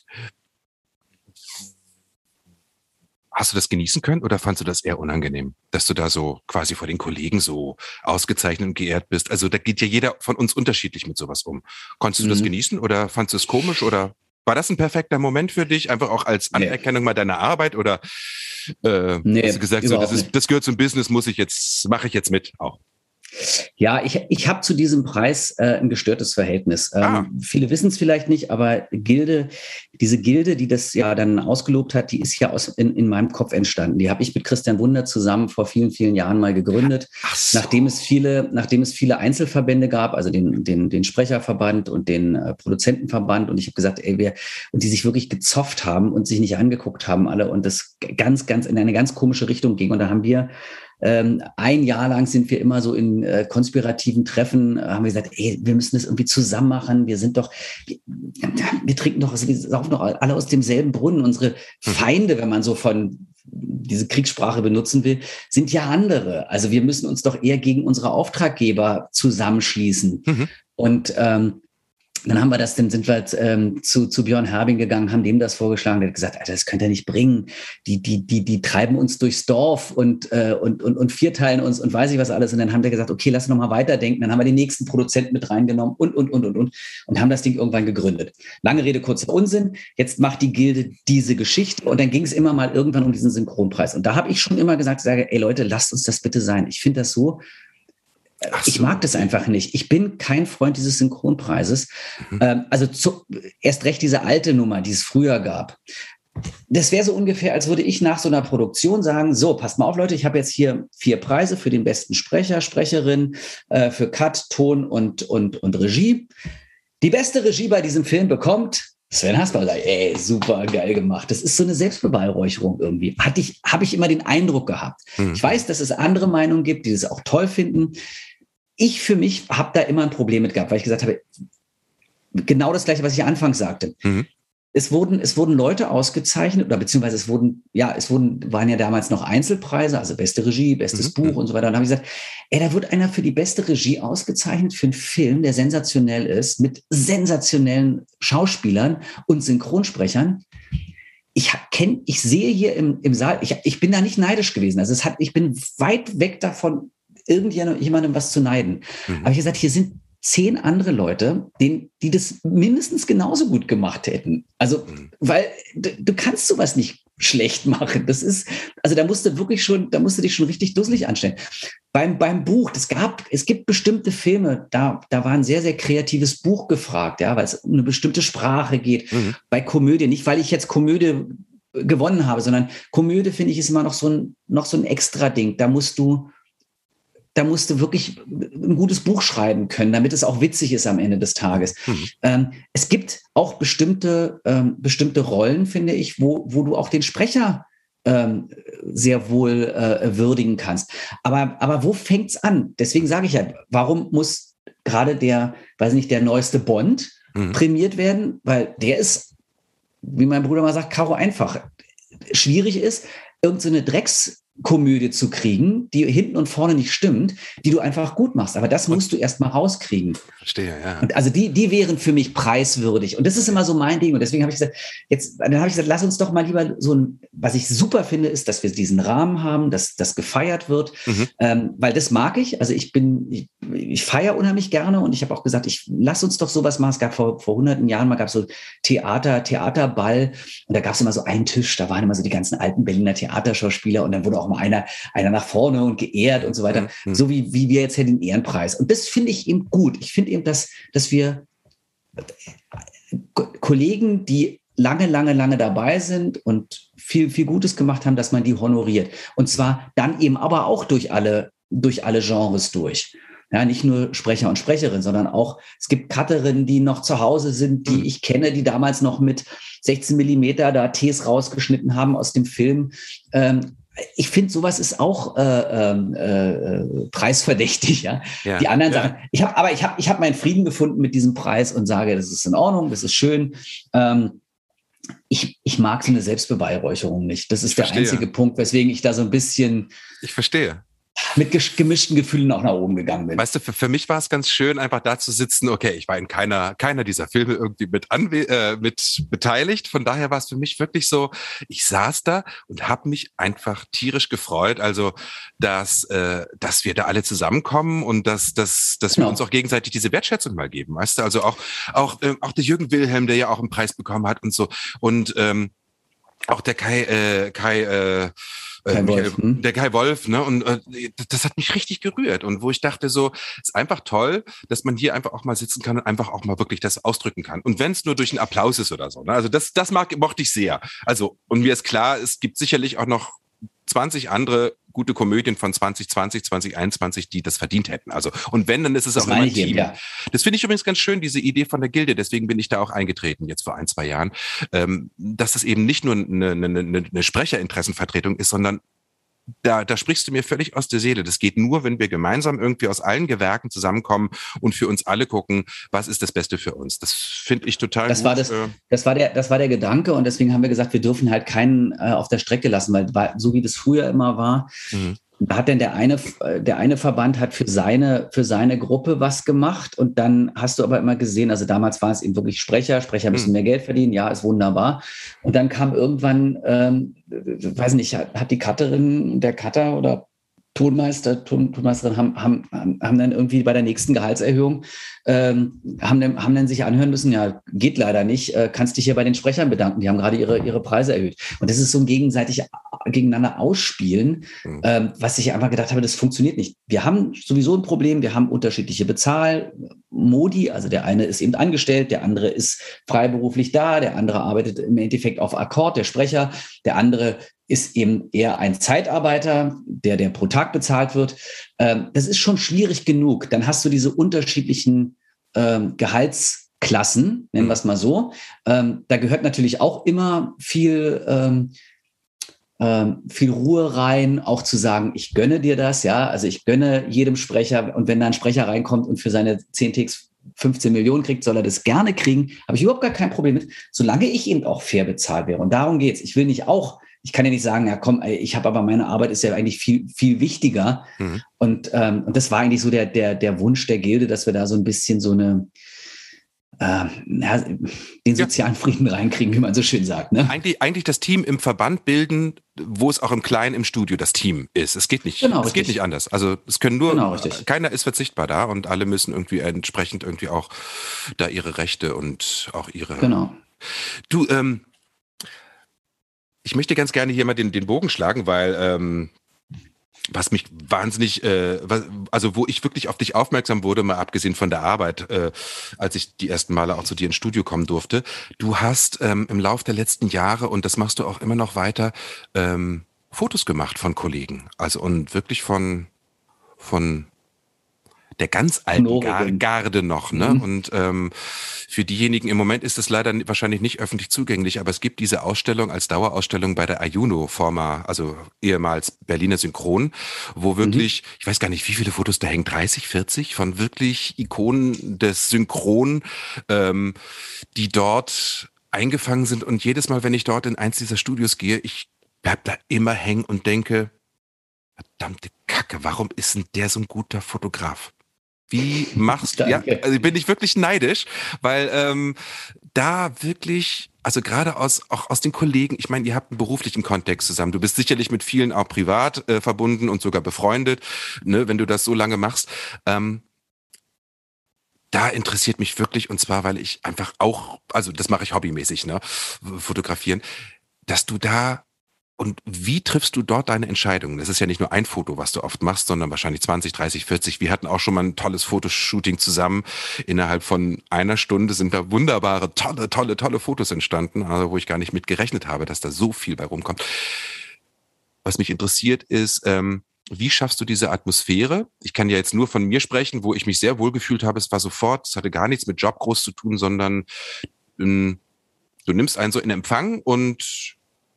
Speaker 2: Hast du das genießen können oder fandst du das eher unangenehm, dass du da so quasi vor den Kollegen so ausgezeichnet und geehrt bist? Also da geht ja jeder von uns unterschiedlich mit sowas um. Konntest du mhm. das genießen oder fandst du es komisch oder war das ein perfekter Moment für dich, einfach auch als Anerkennung nee. mal deiner Arbeit oder äh, nee, hast du gesagt, so, das, ist, das gehört zum Business, muss ich jetzt, mache ich jetzt mit auch?
Speaker 3: Ja, ich, ich habe zu diesem Preis äh, ein gestörtes Verhältnis. Ähm, ah. Viele wissen es vielleicht nicht, aber Gilde, diese Gilde, die das ja dann ausgelobt hat, die ist ja aus, in, in meinem Kopf entstanden. Die habe ich mit Christian Wunder zusammen vor vielen, vielen Jahren mal gegründet, so. nachdem es viele, nachdem es viele Einzelverbände gab, also den, den, den Sprecherverband und den äh, Produzentenverband. Und ich habe gesagt, ey, wir, und die sich wirklich gezofft haben und sich nicht angeguckt haben alle und das ganz, ganz in eine ganz komische Richtung ging. Und da haben wir Ähm, ein Jahr lang sind wir immer so in äh, konspirativen Treffen, äh, haben wir gesagt, ey, wir müssen das irgendwie zusammen machen. Wir sind doch, wir, wir trinken doch, wir saufen doch alle aus demselben Brunnen. Unsere Feinde, wenn man so von diese Kriegssprache benutzen will, sind ja andere. Also wir müssen uns doch eher gegen unsere Auftraggeber zusammenschließen. Mhm. Und ähm, dann haben wir das, dann sind wir ähm, zu, zu Björn Herbing gegangen, haben dem das vorgeschlagen, der hat gesagt, Alter, das könnt ihr nicht bringen. Die, die, die, die treiben uns durchs Dorf und, äh, und, und, und vierteilen uns und weiß ich was alles. Und dann haben wir gesagt, okay, lass noch mal weiterdenken. Dann haben wir den nächsten Produzenten mit reingenommen und, und, und, und, und, und haben das Ding irgendwann gegründet. Lange Rede, kurzer Unsinn. Jetzt macht die Gilde diese Geschichte und dann ging es immer mal irgendwann um diesen Synchronpreis. Und da habe ich schon immer gesagt, sage, ey Leute, lasst uns das bitte sein. Ich finde das so, So. Ich mag das einfach nicht. Ich bin kein Freund dieses Synchronpreises. Mhm. Ähm, also zu, erst recht diese alte Nummer, die es früher gab. Das wäre so ungefähr, als würde ich nach so einer Produktion sagen, so, passt mal auf, Leute, ich habe jetzt hier vier Preise für den besten Sprecher, Sprecherin, äh, für Cut, Ton und, und, und Regie. Die beste Regie bei diesem Film bekommt Sven Hasper. Sagt, ey, super geil gemacht. Das ist so eine Selbstbeweihräucherung irgendwie. Hatte ich, habe ich immer den Eindruck gehabt. Mhm. Ich weiß, dass es andere Meinungen gibt, die das auch toll finden. Ich für mich habe da immer ein Problem mit gehabt, weil ich gesagt habe, genau das Gleiche, was ich anfangs sagte. Mhm. Es wurden, es wurden Leute ausgezeichnet, oder beziehungsweise es wurden, ja, es wurden, waren ja damals noch Einzelpreise, also beste Regie, bestes mhm. Buch und so weiter. Und da habe ich gesagt, ey, da wird einer für die beste Regie ausgezeichnet für einen Film, der sensationell ist, mit sensationellen Schauspielern und Synchronsprechern. Ich kenne, ich sehe hier im, im Saal, ich, ich bin da nicht neidisch gewesen. Also es hat, ich bin weit weg davon, irgendjemandem was zu neiden. Mhm. Aber ich habe gesagt, hier sind zehn andere Leute, denen, die das mindestens genauso gut gemacht hätten. Also, mhm. weil du, du kannst sowas nicht schlecht machen. Das ist, also da musst du wirklich schon, da musst du dich schon richtig dusselig anstellen. Beim, beim Buch, das gab, es gibt bestimmte Filme, da, da war ein sehr, sehr kreatives Buch gefragt, ja, weil es um eine bestimmte Sprache geht. Mhm. Bei Komödie, nicht weil ich jetzt Komödie gewonnen habe, sondern Komödie, finde ich, ist immer noch so ein, noch so ein extra Ding. Da musst du Da musst du wirklich ein gutes Buch schreiben können, damit es auch witzig ist am Ende des Tages. Mhm. Ähm, es gibt auch bestimmte, ähm, bestimmte Rollen, finde ich, wo, wo du auch den Sprecher ähm, sehr wohl äh, würdigen kannst. Aber, aber wo fängt's an? Deswegen sage ich ja, warum muss gerade der, weiß nicht, der neueste Bond mhm. prämiert werden? Weil der ist, wie mein Bruder mal sagt, Karo einfach. Schwierig ist, irgendeine so Drecks Komödie zu kriegen, die hinten und vorne nicht stimmt, die du einfach gut machst. Aber das musst du erst mal rauskriegen.
Speaker 2: Verstehe, ja.
Speaker 3: Und also die, die wären für mich preiswürdig. Und das ist immer so mein Ding. Und deswegen habe ich gesagt, jetzt, dann habe ich gesagt, lass uns doch mal lieber so ein, was ich super finde, ist, dass wir diesen Rahmen haben, dass das gefeiert wird. Mhm. Ähm, weil das mag ich. Also ich bin, ich, ich feiere unheimlich gerne. Und ich habe auch gesagt, ich lass uns doch sowas machen. Es gab vor, vor hunderten Jahren mal gab es so Theater, Theaterball. Und da gab es immer so einen Tisch. Da waren immer so die ganzen alten Berliner Theaterschauspieler. Und dann wurde auch mal einer, einer nach vorne und geehrt und so weiter. Mhm. So wie, wie wir jetzt hier den Ehrenpreis. Und das finde ich eben gut. Ich finde eben, dass, dass wir Kollegen, die lange, lange, lange dabei sind und viel, viel Gutes gemacht haben, dass man die honoriert. Und zwar dann eben aber auch durch alle, durch alle Genres durch. Ja, nicht nur Sprecher und Sprecherin, sondern auch, es gibt Cutterinnen, die noch zu Hause sind, die mhm. ich kenne, die damals noch mit sechzehn Millimeter da Ts rausgeschnitten haben aus dem Film. Ähm, Ich finde, sowas ist auch äh, äh, preisverdächtig. Ja? Ja, die anderen ja. sagen, ich habe, aber ich habe, ich habe meinen Frieden gefunden mit diesem Preis und sage, das ist in Ordnung, das ist schön. Ähm, ich, ich mag so eine Selbstbeweihräucherung nicht. Das ist ich der verstehe. einzige Punkt, weswegen ich da so ein bisschen.
Speaker 2: Ich verstehe.
Speaker 3: Mit gemischten Gefühlen auch nach oben gegangen bin.
Speaker 2: Weißt du, für, für mich war es ganz schön, einfach da zu sitzen, okay, ich war in keiner, keiner dieser Filme irgendwie mit, anwe- äh, mit beteiligt. Von daher war es für mich wirklich so, ich saß da und habe mich einfach tierisch gefreut. Also, dass, äh, dass wir da alle zusammenkommen und dass, dass, dass genau. wir uns auch gegenseitig diese Wertschätzung mal geben. Weißt du, also auch, auch, äh, auch der Jürgen Wilhelm, der ja auch einen Preis bekommen hat und so. Und ähm, auch der Kai, äh, Kai, äh, Kai Michael, Wolf, hm? der Kai Wolf, ne? Und äh, das hat mich richtig gerührt. Und wo ich dachte, so, ist einfach toll, dass man hier einfach auch mal sitzen kann und einfach auch mal wirklich das ausdrücken kann. Und wenn es nur durch einen Applaus ist oder so. Ne? Also das, das mag, mochte ich sehr. Also, und mir ist klar, es gibt sicherlich auch noch zwanzig andere gute Komödien von zwanzig zwanzig, zwanzig einundzwanzig, die das verdient hätten. Also, und wenn, dann ist es das auch immer ein Team. Eben, ja. Das finde ich übrigens ganz schön, diese Idee von der Gilde. Deswegen bin ich da auch eingetreten, jetzt vor ein, zwei Jahren, ähm, dass es eben nicht nur eine, eine, eine, eine Sprecherinteressenvertretung ist, sondern Da, da sprichst du mir völlig aus der Seele. Das geht nur, wenn wir gemeinsam irgendwie aus allen Gewerken zusammenkommen und für uns alle gucken, was ist das Beste für uns. Das finde ich total
Speaker 3: das
Speaker 2: gut.
Speaker 3: War das, das, war der, das war der Gedanke und deswegen haben wir gesagt, wir dürfen halt keinen äh, auf der Strecke lassen, weil, weil so wie das früher immer war, mhm. Da hat denn der eine, der eine Verband hat für seine, für seine Gruppe was gemacht und dann hast du aber immer gesehen, also damals war es eben wirklich Sprecher, Sprecher müssen
Speaker 2: Hm.
Speaker 3: mehr Geld verdienen, ja, ist wunderbar. Und dann kam irgendwann, ähm, weiß nicht, hat, hat die Cutterin, der Cutter oder Tonmeister, Ton, Tonmeisterin haben, haben, haben dann irgendwie bei der nächsten Gehaltserhöhung ähm, haben, dann, haben dann sich anhören müssen, ja, geht leider nicht, äh, kannst dich hier bei den Sprechern bedanken, die haben gerade ihre, ihre Preise erhöht. Und das ist so ein gegenseitig gegeneinander ausspielen,
Speaker 2: Hm.
Speaker 3: ähm, was ich einfach gedacht habe, das funktioniert nicht. Wir haben sowieso ein Problem, wir haben unterschiedliche Bezahlmodi, also der eine ist eben angestellt, der andere ist freiberuflich da, der andere arbeitet im Endeffekt auf Akkord, der Sprecher, der andere ist eben eher ein Zeitarbeiter, der, der pro Tag bezahlt wird. Ähm, das ist schon schwierig genug. Dann hast du diese unterschiedlichen ähm, Gehaltsklassen, nennen wir es mal so. Ähm, da gehört natürlich auch immer viel, ähm, ähm, viel Ruhe rein, auch zu sagen, ich gönne dir das, ja, also ich gönne jedem Sprecher und wenn da ein Sprecher reinkommt und für seine zehn Takes fünfzehn Millionen kriegt, soll er das gerne kriegen, habe ich überhaupt gar kein Problem mit, solange ich eben auch fair bezahlt wäre. Und darum geht's. Ich will nicht auch Ich kann ja nicht sagen, ja komm, ich habe aber meine Arbeit ist ja eigentlich viel, viel wichtiger. Mhm. Und, ähm, und das war eigentlich so der, der, der Wunsch der Gilde, dass wir da so ein bisschen so eine, äh, ja, den sozialen ja. Frieden reinkriegen, wie man so schön sagt. Ne?
Speaker 2: Eigentlich, eigentlich das Team im Verband bilden, wo es auch im Kleinen im Studio das Team ist. Es geht nicht,
Speaker 3: genau,
Speaker 2: es geht nicht anders. Also es können nur,
Speaker 3: genau,
Speaker 2: keiner ist verzichtbar da und alle müssen irgendwie entsprechend irgendwie auch da ihre Rechte und auch ihre...
Speaker 3: Genau.
Speaker 2: Du, ähm, ich möchte ganz gerne hier mal den, den Bogen schlagen, weil ähm, was mich wahnsinnig, äh, was, also wo ich wirklich auf dich aufmerksam wurde, mal abgesehen von der Arbeit, äh, als ich die ersten Male auch zu dir ins Studio kommen durfte, du hast ähm, im Lauf der letzten Jahre, und das machst du auch immer noch weiter, ähm, Fotos gemacht von Kollegen. Also und wirklich von, von der ganz alten Gar Garde noch, ne? Mhm. Und ähm, für diejenigen, im Moment ist es leider wahrscheinlich nicht öffentlich zugänglich, aber es gibt diese Ausstellung als Dauerausstellung bei der Ayuno, former, also ehemals Berliner Synchron, wo wirklich, mhm. ich weiß gar nicht, wie viele Fotos da hängen, dreißig, vierzig von wirklich Ikonen des Synchron, ähm, die dort eingefangen sind. Und jedes Mal, wenn ich dort in eins dieser Studios gehe, ich bleib da immer hängen und denke, verdammte Kacke, warum ist denn der so ein guter Fotograf? Wie machst du, ja, also bin ich wirklich neidisch, weil ähm, da wirklich, also gerade aus auch aus den Kollegen, ich meine, ihr habt einen beruflichen Kontext zusammen, du bist sicherlich mit vielen auch privat äh, verbunden und sogar befreundet, ne, wenn du das so lange machst, ähm, da interessiert mich wirklich, und zwar, weil ich einfach auch, also das mache ich hobbymäßig, ne, fotografieren, dass du da, und wie triffst du dort deine Entscheidungen? Das ist ja nicht nur ein Foto, was du oft machst, sondern wahrscheinlich zwanzig, dreißig, vierzig. Wir hatten auch schon mal ein tolles Fotoshooting zusammen. Innerhalb von einer Stunde sind da wunderbare, tolle, tolle, tolle Fotos entstanden, also wo ich gar nicht mit gerechnet habe, dass da so viel bei rumkommt. Was mich interessiert ist, ähm, wie schaffst du diese Atmosphäre? Ich kann ja jetzt nur von mir sprechen, wo ich mich sehr wohl gefühlt habe. Es war sofort, es hatte gar nichts mit Job groß zu tun, sondern ähm, du nimmst einen so in Empfang und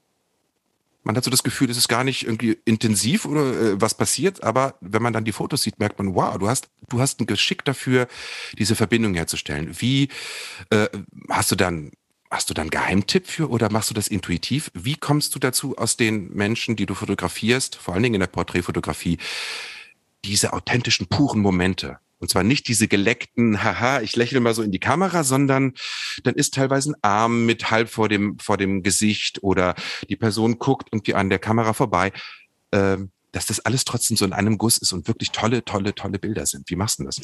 Speaker 2: man hat so das Gefühl, es ist gar nicht irgendwie intensiv oder äh, was passiert, aber wenn man dann die Fotos sieht, merkt man, wow, du hast, du hast ein Geschick dafür, diese Verbindung herzustellen. Wie äh, hast du dann, hast du dann einen Geheimtipp für oder machst du das intuitiv? Wie kommst du dazu, aus den Menschen, die du fotografierst, vor allen Dingen in der Porträtfotografie, diese authentischen, puren Momente? Und zwar nicht diese geleckten, haha, ich lächle mal so in die Kamera, sondern dann ist teilweise ein Arm mit halb vor dem, vor dem Gesicht oder die Person guckt irgendwie an der Kamera vorbei, ähm, dass das alles trotzdem so in einem Guss ist und wirklich tolle, tolle, tolle Bilder sind. Wie machst du das?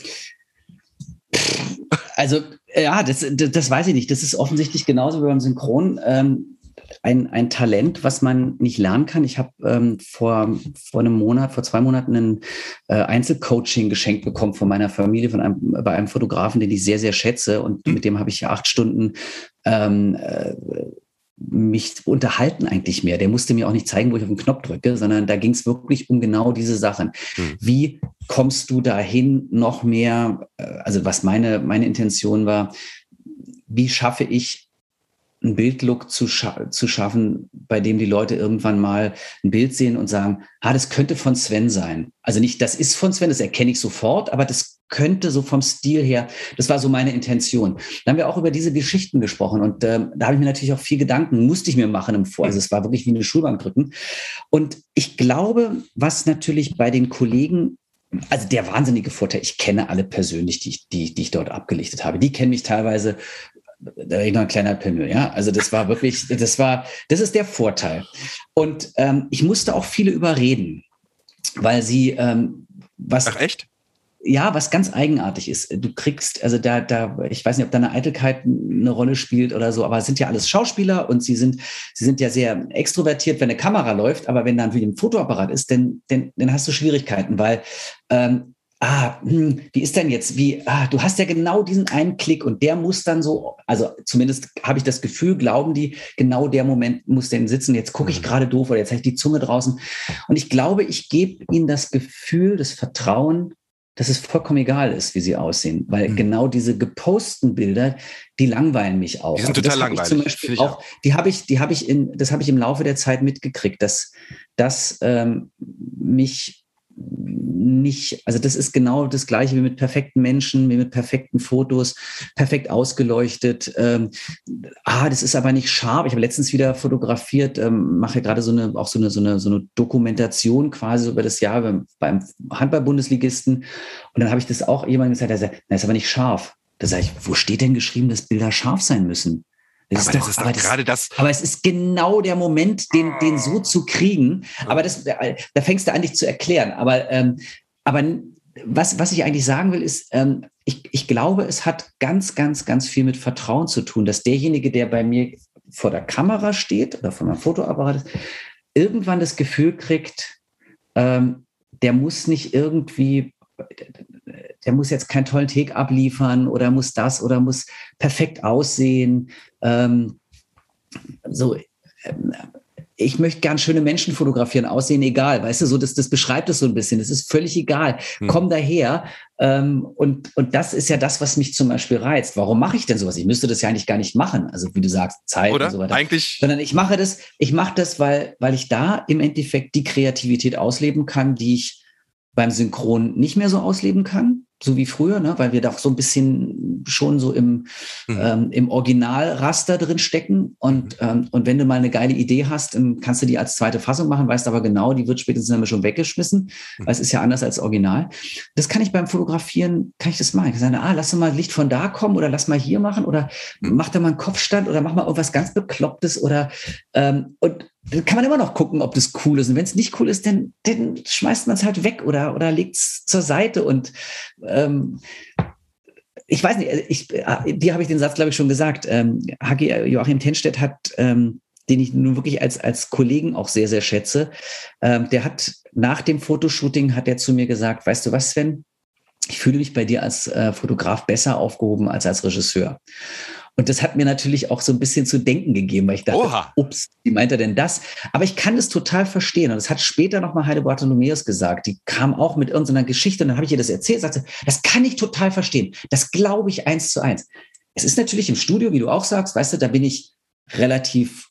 Speaker 3: Also, ja, das, das, das weiß ich nicht. Das ist offensichtlich genauso wie beim Synchron. Ähm, Ein, ein Talent, was man nicht lernen kann. Ich habe ähm, vor, vor einem Monat, vor zwei Monaten ein äh, Einzelcoaching geschenkt bekommen von meiner Familie, von einem, bei einem Fotografen, den ich sehr, sehr schätze. Und mhm. mit dem habe ich ja acht Stunden ähm, äh, mich unterhalten eigentlich mehr. Der musste mir auch nicht zeigen, wo ich auf den Knopf drücke, sondern da ging es wirklich um genau diese Sachen. Mhm. Wie kommst du dahin noch mehr, äh, also was meine, meine Intention war, wie schaffe ich einen Bildlook zu, scha- zu schaffen, bei dem die Leute irgendwann mal ein Bild sehen und sagen, ah, das könnte von Sven sein. Also nicht, das ist von Sven, das erkenne ich sofort, aber das könnte, so vom Stil her. Das war so meine Intention. Da haben wir auch über diese Geschichten gesprochen und ähm, da habe ich mir natürlich auch viel Gedanken, musste ich mir machen im Vor. Also es war wirklich wie eine Schulbank drücken. Und ich glaube, was natürlich bei den Kollegen, also der wahnsinnige Vorteil, ich kenne alle persönlich, die ich, die, die ich dort abgelichtet habe. Die kennen mich teilweise, da war ich noch ein kleiner Pimmel, ja. Also das war wirklich, das war, das ist der Vorteil. Und ähm, ich musste auch viele überreden, weil sie ähm, was.
Speaker 2: Ach echt?
Speaker 3: Ja, was ganz eigenartig ist. Du kriegst, also da, da, ich weiß nicht, ob da eine Eitelkeit eine Rolle spielt oder so, aber es sind ja alles Schauspieler und sie sind, sie sind ja sehr extrovertiert, wenn eine Kamera läuft, aber wenn dann wie ein Fotoapparat ist, dann, dann, dann hast du Schwierigkeiten, weil, ähm, ah, hm, wie ist denn jetzt, wie, ah, du hast ja genau diesen einen Klick und der muss dann so, also zumindest habe ich das Gefühl, glauben die, genau der Moment muss denn sitzen, jetzt gucke ich gerade doof oder jetzt habe ich die Zunge draußen. Und ich glaube, ich gebe ihnen das Gefühl, das Vertrauen, dass es vollkommen egal ist, wie sie aussehen, weil mhm. genau diese geposten Bilder, die langweilen mich auch.
Speaker 2: Die sind total langweilig.
Speaker 3: Zum Beispiel auch, auch. Die habe ich, die habe ich in, das habe ich im Laufe der Zeit mitgekriegt, dass das ähm, mich nicht, also das ist genau das Gleiche wie mit perfekten Menschen, wie mit perfekten Fotos, perfekt ausgeleuchtet. Ähm, ah, das ist aber nicht scharf. Ich habe letztens wieder fotografiert, ähm, mache gerade so eine, auch so eine, so eine, so eine Dokumentation quasi über das Jahr beim, beim Handball-Bundesligisten. Und dann habe ich das auch jemandem gesagt, der sagt, das ist aber nicht scharf. Da sage ich, wo steht denn geschrieben, dass Bilder scharf sein müssen? Das
Speaker 2: aber
Speaker 3: ist
Speaker 2: das
Speaker 3: doch,
Speaker 2: ist doch gerade das.
Speaker 3: Aber es ist genau der Moment, den, den so zu kriegen. Aber das, da fängst du an, dich zu erklären. Aber, ähm, aber was, was ich eigentlich sagen will, ist, ähm, ich, ich glaube, es hat ganz, ganz, ganz viel mit Vertrauen zu tun, dass derjenige, der bei mir vor der Kamera steht oder vor meinem Fotoapparat ist, irgendwann das Gefühl kriegt, ähm, der muss nicht irgendwie, der muss jetzt keinen tollen Take abliefern oder muss das oder muss perfekt aussehen. Ähm, so, ähm, ich möchte gern schöne Menschen fotografieren, aussehen egal, weißt du, so das, das beschreibt es so ein bisschen. Das ist völlig egal. Hm. Komm daher. Ähm, und, und das ist ja das, was mich zum Beispiel reizt. Warum mache ich denn sowas? Ich müsste das ja eigentlich gar nicht machen. Also wie du sagst, Zeit
Speaker 2: Oder?
Speaker 3: Und so weiter.
Speaker 2: Eigentlich.
Speaker 3: Sondern ich mache das, ich mache das, weil, weil ich da im Endeffekt die Kreativität ausleben kann, die ich beim Synchron nicht mehr so ausleben kann, so wie früher, ne? Weil wir da auch so ein bisschen schon so im, mhm. ähm, im Originalraster drin stecken. Und, mhm. ähm, und wenn du mal eine geile Idee hast, dann kannst du die als zweite Fassung machen, weißt aber genau, die wird spätestens dann schon weggeschmissen, mhm. weil es ist ja anders als Original. Das kann ich beim Fotografieren, kann ich das machen. Ich kann sagen, ah, lass doch mal Licht von da kommen oder lass mal hier machen oder mhm. mach da mal einen Kopfstand oder mach mal irgendwas ganz Beklopptes oder ähm, und dann kann man immer noch gucken, ob das cool ist. Und wenn es nicht cool ist, dann, dann schmeißt man es halt weg oder, oder legt es zur Seite. Und ähm, ich weiß nicht, ich, dir habe ich den Satz, glaube ich, schon gesagt. Ähm, H G Joachim Tennstedt hat, ähm, den ich nun wirklich als, als Kollegen auch sehr, sehr schätze, ähm, der hat nach dem Fotoshooting, hat er zu mir gesagt, weißt du was, Sven? Ich fühle mich bei dir als äh, Fotograf besser aufgehoben als als Regisseur. Und das hat mir natürlich auch so ein bisschen zu denken gegeben, weil ich dachte, Oha. ups, wie meint er denn das? Aber ich kann es total verstehen. Und das hat später nochmal Heide Bartholomäus gesagt. Die kam auch mit irgendeiner Geschichte und dann habe ich ihr das erzählt, sagte, das kann ich total verstehen. Das glaube ich eins zu eins. Es ist natürlich im Studio, wie du auch sagst, weißt du, da bin ich relativ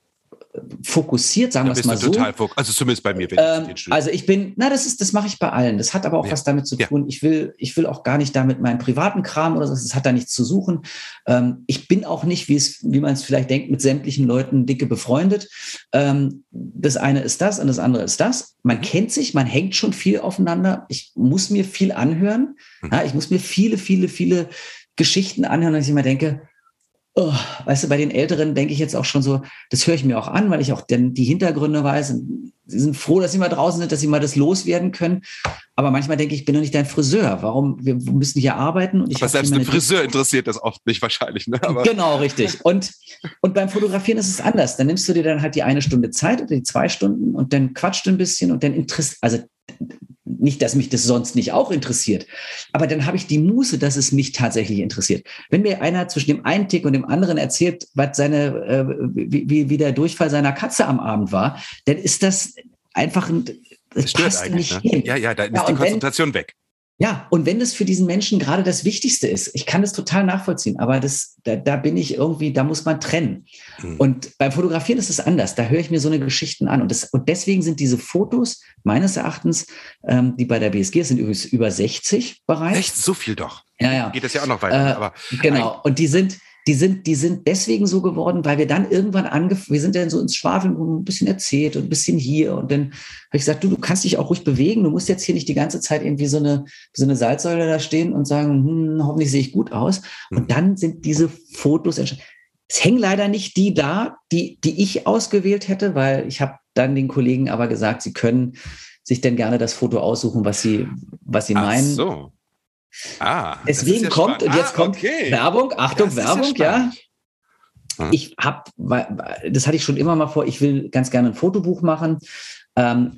Speaker 3: fokussiert, sagen wir es mal so.
Speaker 2: Total fok- also zumindest bei mir. Wenn
Speaker 3: ähm, ich also ich bin, na das ist, das mache ich bei allen. Das hat aber auch ja. was damit zu tun. Ja. Ich will, ich will auch gar nicht damit meinen privaten Kram oder so. Das hat da nichts zu suchen. Ähm, ich bin auch nicht, wie es, wie man es vielleicht denkt, mit sämtlichen Leuten dicke befreundet. Ähm, das eine ist das und das andere ist das. Man mhm. kennt sich, man hängt schon viel aufeinander. Ich muss mir viel anhören. Mhm. Ja, ich muss mir viele, viele, viele Geschichten anhören, dass ich immer denke, oh, weißt du, bei den Älteren denke ich jetzt auch schon so, das höre ich mir auch an, weil ich auch denn die Hintergründe weiß. Sie sind froh, dass sie mal draußen sind, dass sie mal das loswerden können. Aber manchmal denke ich, ich bin doch nicht dein Friseur. Warum? Wir müssen hier arbeiten. Und ich
Speaker 2: Aber selbst ein Friseur interessiert das oft nicht wahrscheinlich. Ne? Aber
Speaker 3: genau, richtig. Und, und beim Fotografieren ist es anders. Dann nimmst du dir dann halt die eine Stunde Zeit oder die zwei Stunden und dann quatscht du ein bisschen und dann interessiert, also nicht, dass mich das sonst nicht auch interessiert, aber dann habe ich die Muße, dass es mich tatsächlich interessiert. Wenn mir einer zwischen dem einen Tick und dem anderen erzählt, was seine, äh, wie, wie der Durchfall seiner Katze am Abend war, dann ist das einfach ein,
Speaker 2: das stört eigentlich, ne? Ja, ja, da ist ja, die Konzentration wenn, weg.
Speaker 3: Ja, und wenn das für diesen Menschen gerade das Wichtigste ist, ich kann das total nachvollziehen, aber das, da, da bin ich irgendwie, da muss man trennen. Mhm. Und beim Fotografieren ist es anders. Da höre ich mir so eine Geschichten an. Und, das, und deswegen sind diese Fotos meines Erachtens, ähm, die bei der B S G sind übrigens über sechzig bereits.
Speaker 2: Echt? So viel doch.
Speaker 3: Ja, ja.
Speaker 2: Geht das ja auch noch weiter.
Speaker 3: Äh,
Speaker 2: aber
Speaker 3: genau. Und die sind, die sind, die sind deswegen so geworden, weil wir dann irgendwann angefangen, wir sind dann so ins Schwafeln ein bisschen erzählt und ein bisschen hier. Und dann habe ich gesagt, du, du kannst dich auch ruhig bewegen. Du musst jetzt hier nicht die ganze Zeit irgendwie so eine, so eine Salzsäule da stehen und sagen, hm, hoffentlich sehe ich gut aus. Mhm. Und dann sind diese Fotos entstanden. Es hängen leider nicht die da, die, die ich ausgewählt hätte, weil ich habe dann den Kollegen aber gesagt, sie können sich denn gerne das Foto aussuchen, was sie, was sie
Speaker 2: Ach
Speaker 3: meinen.
Speaker 2: So. Ah,
Speaker 3: deswegen
Speaker 2: ja
Speaker 3: kommt,
Speaker 2: spannend.
Speaker 3: und jetzt
Speaker 2: ah,
Speaker 3: kommt
Speaker 2: okay.
Speaker 3: Werbung, Achtung, Werbung, ja.
Speaker 2: Hm.
Speaker 3: Ich habe, das hatte ich schon immer mal vor, ich will ganz gerne ein Fotobuch machen, ähm,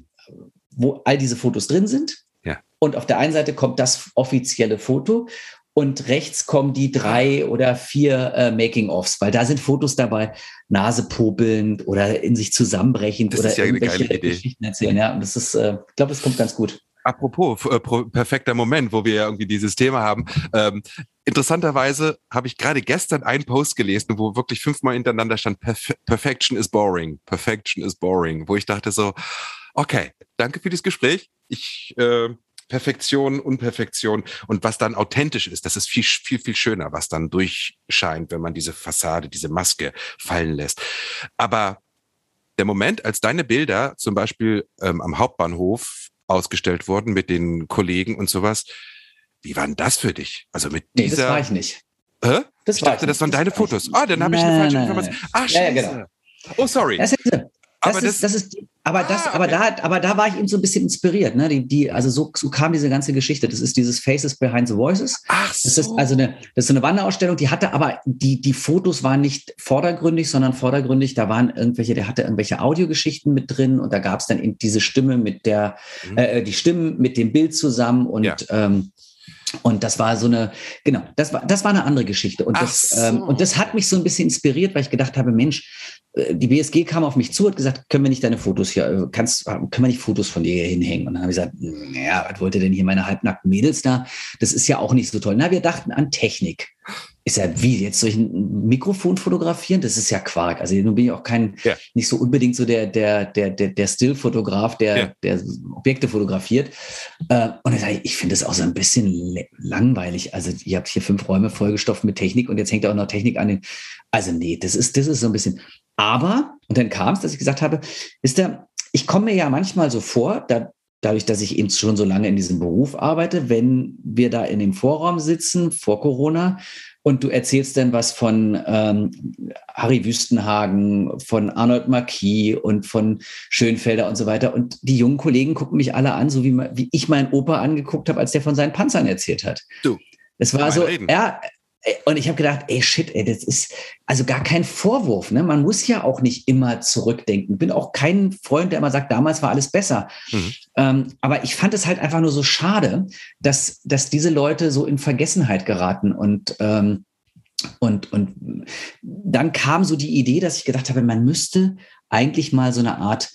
Speaker 3: wo all diese Fotos drin sind.
Speaker 2: Ja.
Speaker 3: Und auf der einen Seite kommt das offizielle Foto und rechts kommen die drei oder vier äh, Making-ofs, weil da sind Fotos dabei, Nase popelnd oder in sich zusammenbrechend
Speaker 2: das
Speaker 3: oder
Speaker 2: ist ja
Speaker 3: irgendwelche
Speaker 2: eine geile Idee.
Speaker 3: Geschichten erzählen. Ja, und das ist, äh, ich glaube, das kommt ganz gut.
Speaker 2: Apropos, äh, perfekter Moment, wo wir ja irgendwie dieses Thema haben. Ähm, interessanterweise habe ich gerade gestern einen Post gelesen, wo wirklich fünfmal hintereinander stand, Perf- Perfection is boring, Perfection is boring, wo ich dachte so, okay, danke für das Gespräch. Ich, äh, Perfektion, Unperfektion und was dann authentisch ist, das ist viel, viel, viel schöner, was dann durchscheint, wenn man diese Fassade, diese Maske fallen lässt. Aber der Moment, als deine Bilder zum Beispiel ähm, am Hauptbahnhof ausgestellt wurden mit den Kollegen und sowas. Wie war denn das für dich? Also mit
Speaker 3: nee,
Speaker 2: dieser...
Speaker 3: das war ich nicht.
Speaker 2: Hä?
Speaker 3: Das
Speaker 2: ich dachte, das waren
Speaker 3: das
Speaker 2: deine Fotos. Ah, dann habe ich eine falsche Information. Ah, scheiße.
Speaker 3: Ja, ja, genau.
Speaker 2: Oh, sorry.
Speaker 3: Das ist, das
Speaker 2: aber
Speaker 3: ist, das, das ist, aber das,
Speaker 2: ah, okay.
Speaker 3: aber da, aber da war ich eben so ein bisschen inspiriert, ne? Die, die, also so, so kam diese ganze Geschichte. Das ist dieses Faces Behind the Voices.
Speaker 2: Ach so.
Speaker 3: Das ist also eine, das ist eine Wanderausstellung. Die hatte aber die, die Fotos waren nicht vordergründig, sondern vordergründig. Da waren irgendwelche, der hatte irgendwelche Audiogeschichten mit drin und da gab es dann eben diese Stimme mit der, mhm. äh, die Stimmen mit dem Bild zusammen und ja. ähm, Und das war so eine, genau, das war, das war eine andere Geschichte. Und das, so. ähm, und das hat mich so ein bisschen inspiriert, weil ich gedacht habe, Mensch, die B S G kam auf mich zu und hat gesagt, können wir nicht deine Fotos hier, kannst, können wir nicht Fotos von dir hier hinhängen? Und dann habe ich gesagt, naja, was wollt ihr denn hier, meine halbnackten Mädels da? Das ist ja auch nicht so toll. Na, wir dachten an Technik. Ist ja wie, jetzt durch ein Mikrofon fotografieren? Das ist ja Quark. Also nun bin ich auch kein, ja. nicht so unbedingt so der, der, der, der, der Still-Fotograf, der, ja. der Objekte fotografiert. Äh, und dann sage ich, ich finde das auch so ein bisschen le- langweilig. Also ihr habt hier fünf Räume vollgestopft mit Technik und jetzt hängt auch noch Technik an den, also nee, das ist, das ist so ein bisschen, aber, und dann kam es, dass ich gesagt habe, ist der, ich komme mir ja manchmal so vor, da, dadurch, dass ich eben schon so lange in diesem Beruf arbeite, wenn wir da in dem Vorraum sitzen, vor Corona, und du erzählst dann was von ähm, Harry Wüstenhagen, von Arnold Marquis und von Schönfelder und so weiter. Und die jungen Kollegen gucken mich alle an, so wie, wie ich meinen Opa angeguckt habe, als der von seinen Panzern erzählt hat.
Speaker 2: Du.
Speaker 3: Das war so, reden. ja. Und ich habe gedacht, ey, shit, ey, das ist also gar kein Vorwurf. Ne? Man muss ja auch nicht immer zurückdenken. Bin auch kein Freund, der immer sagt, damals war alles besser. Mhm. Ähm, aber ich fand es halt einfach nur so schade, dass, dass diese Leute so in Vergessenheit geraten. Und, ähm, und, und dann kam so die Idee, dass ich gedacht habe, man müsste eigentlich mal so eine Art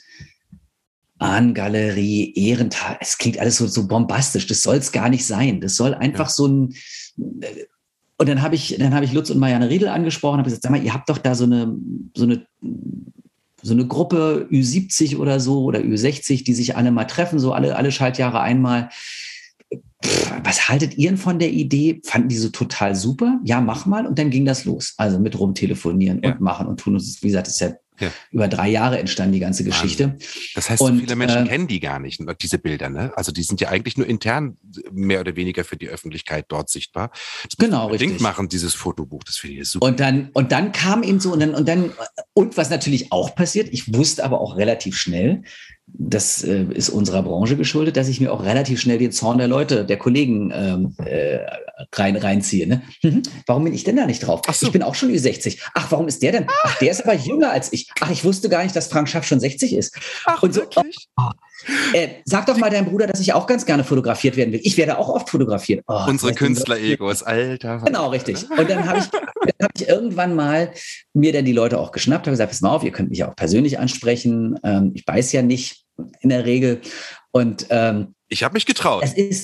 Speaker 3: Ahnengalerie, Ehrental, es klingt alles so, so bombastisch. Das soll es gar nicht sein. Das soll einfach ja. so ein... Und dann habe ich, dann habe ich Lutz und Marianne Riedel angesprochen und habe gesagt, sag mal, ihr habt doch da so eine, so eine, so eine Gruppe Ü siebzig oder so oder Ü sechzig, die sich alle mal treffen, so alle, alle Schaltjahre einmal. Pff, was haltet ihr denn von der Idee? Fanden die so total super? Ja, mach mal. Und dann ging das los. Also mit rumtelefonieren ja. und machen und tun. Und wie gesagt, das ist ja, ja. über drei Jahre entstanden die ganze Geschichte.
Speaker 2: Wahnsinn. Das heißt,
Speaker 3: und,
Speaker 2: so viele Menschen
Speaker 3: äh,
Speaker 2: kennen die gar nicht, diese Bilder, ne? Also die sind ja eigentlich nur intern mehr oder weniger für die Öffentlichkeit dort sichtbar. Das
Speaker 3: genau, richtig.
Speaker 2: machen, dieses Fotobuch, das finde ich super.
Speaker 3: Und dann, und dann kam eben so, und dann, und dann, und was natürlich auch passiert, ich wusste aber auch relativ schnell, das äh, ist unserer Branche geschuldet, dass ich mir auch relativ schnell den Zorn der Leute, der Kollegen ähm, äh, rein, reinziehe. Ne? Mhm. Warum bin ich denn da nicht drauf?
Speaker 2: Ach so.
Speaker 3: Ich bin auch schon Ü sechzig. Ach, warum ist der denn? Ach, der ist aber jünger als ich. Ach, ich wusste gar nicht, dass Frank Schaff schon sechzig ist.
Speaker 2: Ach,
Speaker 3: und so,
Speaker 2: wirklich?
Speaker 3: Oh, äh, sag doch mal deinem Bruder, dass ich auch ganz gerne fotografiert werden will. Ich werde auch oft fotografiert. Oh,
Speaker 2: Unsere Künstler-Egos, Alter.
Speaker 3: Genau, richtig. Und dann habe ich, hab ich irgendwann mal mir dann die Leute auch geschnappt, habe gesagt, pass mal auf, ihr könnt mich auch persönlich ansprechen. Ähm, ich weiß ja nicht in der Regel. Und ähm,
Speaker 2: ich habe mich getraut.
Speaker 3: Es ist,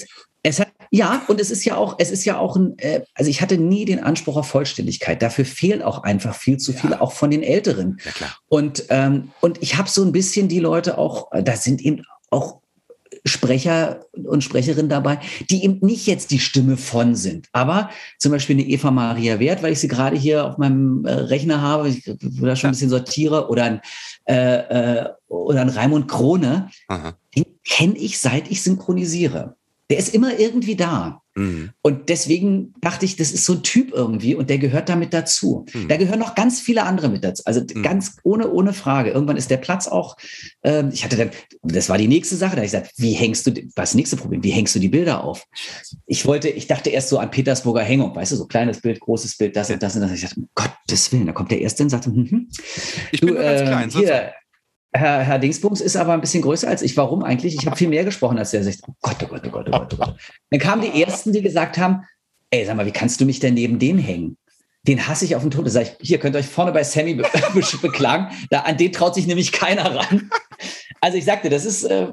Speaker 3: Es hat, ja, und es ist ja auch, es ist ja auch ein, äh, also ich hatte nie den Anspruch auf Vollständigkeit. Dafür fehlen auch einfach viel zu viele, ja. auch von den Älteren.
Speaker 2: Ja, klar.
Speaker 3: Und, ähm, und ich habe so ein bisschen die Leute auch, da sind eben auch Sprecher und Sprecherinnen dabei, die eben nicht jetzt die Stimme von sind. Aber zum Beispiel eine Eva Maria Wert, weil ich sie gerade hier auf meinem äh, Rechner habe, ich da schon ein bisschen sortiere, oder ein, äh, äh, oder ein Raimund Krone, Aha. den kenne ich, seit ich synchronisiere. Der ist immer irgendwie da. Mhm. Und deswegen dachte ich, das ist so ein Typ irgendwie und der gehört damit dazu. Mhm. Da gehören noch ganz viele andere mit dazu. Also mhm. ganz ohne, ohne Frage. Irgendwann ist der Platz auch, ähm, ich hatte dann, das war die nächste Sache, da habe ich gesagt, wie hängst du, was ist das nächste Problem, wie hängst du die Bilder auf? Ich wollte, ich dachte erst so an Petersburger Hängung, weißt du, so kleines Bild, großes Bild, das ja. und das und das. Ich dachte, um Gottes Willen, da kommt der Erste und sagt, hm, hm.
Speaker 2: ich bin du, nur ganz klein,
Speaker 3: äh, hier, Herr, Herr Dingsbums ist aber ein bisschen größer als ich. Warum eigentlich? Ich habe viel mehr gesprochen als der. Sagt, oh Gott, oh Gott, oh Gott, oh Gott, oh Gott. Dann kamen die Ersten, die gesagt haben, ey, sag mal, wie kannst du mich denn neben dem hängen? Den hasse ich auf den Tod. Da sag ich, hier könnt ihr euch vorne bei Sammy be- be- beklagen. Da, an den traut sich nämlich keiner ran. Also ich sagte, das ist... Äh,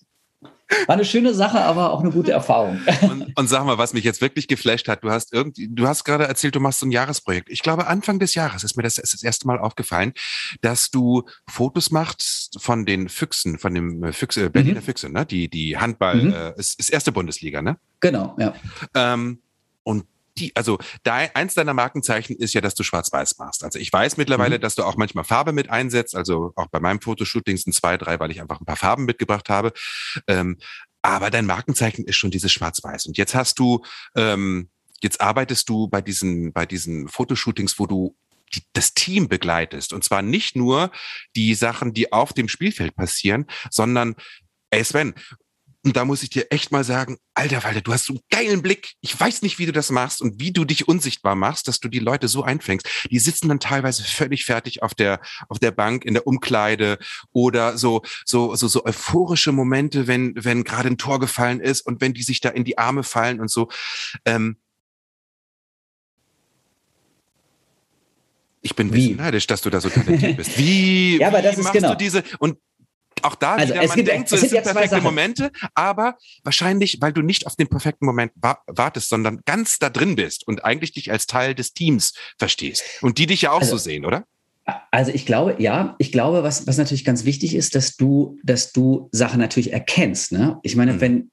Speaker 3: war eine schöne Sache, aber auch eine gute Erfahrung.
Speaker 2: Und, und sag mal, was mich jetzt wirklich geflasht hat, du hast irgendwie, du hast gerade erzählt, du machst so ein Jahresprojekt. Ich glaube, Anfang des Jahres ist mir das, ist das erste Mal aufgefallen, dass du Fotos machst von den Füchsen, von dem Füchse, Berliner mhm. Füchse, ne? Die, die Handball, mhm. äh, ist, ist erste Bundesliga, ne?
Speaker 3: Genau, ja.
Speaker 2: Ähm, und Die, also da, eins deiner Markenzeichen ist ja, dass du Schwarz-Weiß machst. Also ich weiß mittlerweile, mhm. dass du auch manchmal Farbe mit einsetzt. Also auch bei meinem Fotoshooting sind zwei, drei, weil ich einfach ein paar Farben mitgebracht habe. Ähm, aber dein Markenzeichen ist schon dieses Schwarz-Weiß. Und jetzt hast du, ähm, jetzt arbeitest du bei diesen, bei diesen Fotoshootings, wo du die, das Team begleitest. Und zwar nicht nur die Sachen, die auf dem Spielfeld passieren, sondern, ey Sven, und da muss ich dir echt mal sagen, alter Walter, du hast so einen geilen Blick. Ich weiß nicht, wie du das machst und wie du dich unsichtbar machst, dass du die Leute so einfängst. Die sitzen dann teilweise völlig fertig auf der, auf der Bank, in der Umkleide oder so, so, so, so euphorische Momente, wenn, wenn gerade ein Tor gefallen ist und wenn die sich da in die Arme fallen und so. Ähm, ich bin ein bisschen neidisch, dass du da so talentiert bist. Wie,
Speaker 3: ja, aber das
Speaker 2: wie
Speaker 3: ist
Speaker 2: machst
Speaker 3: genau.
Speaker 2: du diese, und auch da
Speaker 3: also
Speaker 2: wieder,
Speaker 3: es
Speaker 2: man
Speaker 3: gibt,
Speaker 2: denkt so,
Speaker 3: es
Speaker 2: es sind
Speaker 3: ja
Speaker 2: perfekte Momente, aber wahrscheinlich, weil du nicht auf den perfekten Moment wa- wartest, sondern ganz da drin bist und eigentlich dich als Teil des Teams verstehst. Und die dich ja auch
Speaker 3: also,
Speaker 2: so sehen, oder?
Speaker 3: Also ich glaube, ja, ich glaube, was, was natürlich ganz wichtig ist, dass du, dass du Sachen natürlich erkennst. Ne? Ich meine, mhm. wenn,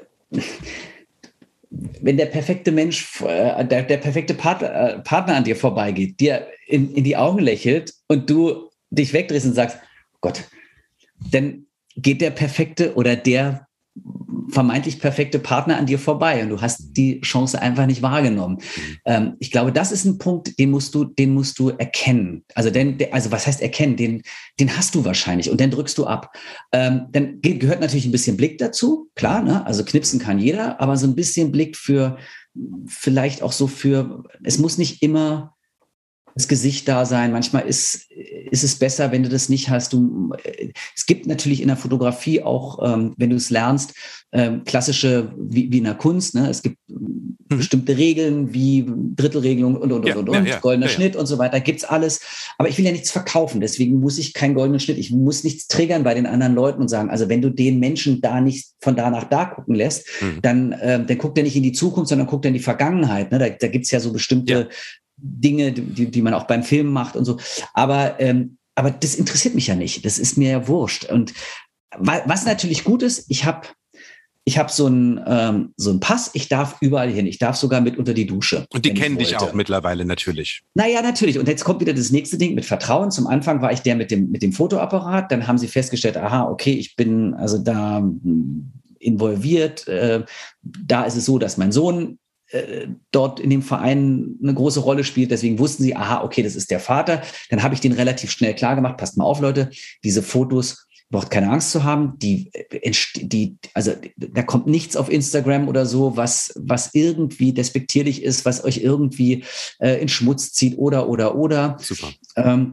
Speaker 3: wenn der perfekte Mensch, der, der perfekte Partner, Partner an dir vorbeigeht, dir in, in die Augen lächelt und du dich wegdrehst und sagst, Gott, dann geht der perfekte oder der vermeintlich perfekte Partner an dir vorbei und du hast die Chance einfach nicht wahrgenommen. Mhm. Ähm, ich glaube, das ist ein Punkt, den musst du, den musst du erkennen. Also, denn, also was heißt erkennen? Den, den hast du wahrscheinlich und dann drückst du ab. Ähm, dann gehört natürlich ein bisschen Blick dazu, klar, ne? Also knipsen kann jeder, aber so ein bisschen Blick für vielleicht auch so für, es muss nicht immer das Gesicht da sein. Manchmal ist, ist es besser, wenn du das nicht hast. Du, es gibt natürlich in der Fotografie auch, ähm, wenn du es lernst, ähm, klassische, wie, wie in der Kunst, ne? Es gibt mhm. bestimmte Regeln wie Drittelregelung und, und, ja, und, und, ja, ja, goldener ja, Schnitt ja. und so weiter. Gibt's alles. Aber ich will ja nichts verkaufen. Deswegen muss ich keinen goldenen Schnitt. Ich muss nichts triggern bei den anderen Leuten und sagen, also wenn du den Menschen da nicht von da nach da gucken lässt, mhm. dann, äh, dann guckt er nicht in die Zukunft, sondern guckt er in die Vergangenheit. Ne? Da, da gibt's ja so bestimmte ja. Dinge, die, die man auch beim Film macht und so. Aber, ähm, aber das interessiert mich ja nicht. Das ist mir ja wurscht. Und was natürlich gut ist, ich habe ich hab so einen ähm, so einen Pass, ich darf überall hin. Ich darf sogar mit unter die Dusche.
Speaker 2: Und die kennen dich auch mittlerweile natürlich.
Speaker 3: Naja, natürlich. Und jetzt kommt wieder das nächste Ding mit Vertrauen. Zum Anfang war ich der mit dem, mit dem Fotoapparat. Dann haben sie festgestellt, aha, okay, ich bin also da involviert. Äh, da ist es so, dass mein Sohn dort in dem Verein eine große Rolle spielt. Deswegen wussten sie, aha, okay, das ist der Vater. Dann habe ich den relativ schnell klar gemacht. Passt mal auf, Leute, diese Fotos, braucht keine Angst zu haben. Die, die, also da kommt nichts auf Instagram oder so, was, was irgendwie despektierlich ist, was euch irgendwie äh, in Schmutz zieht oder, oder, oder.
Speaker 2: Super.
Speaker 3: Ähm,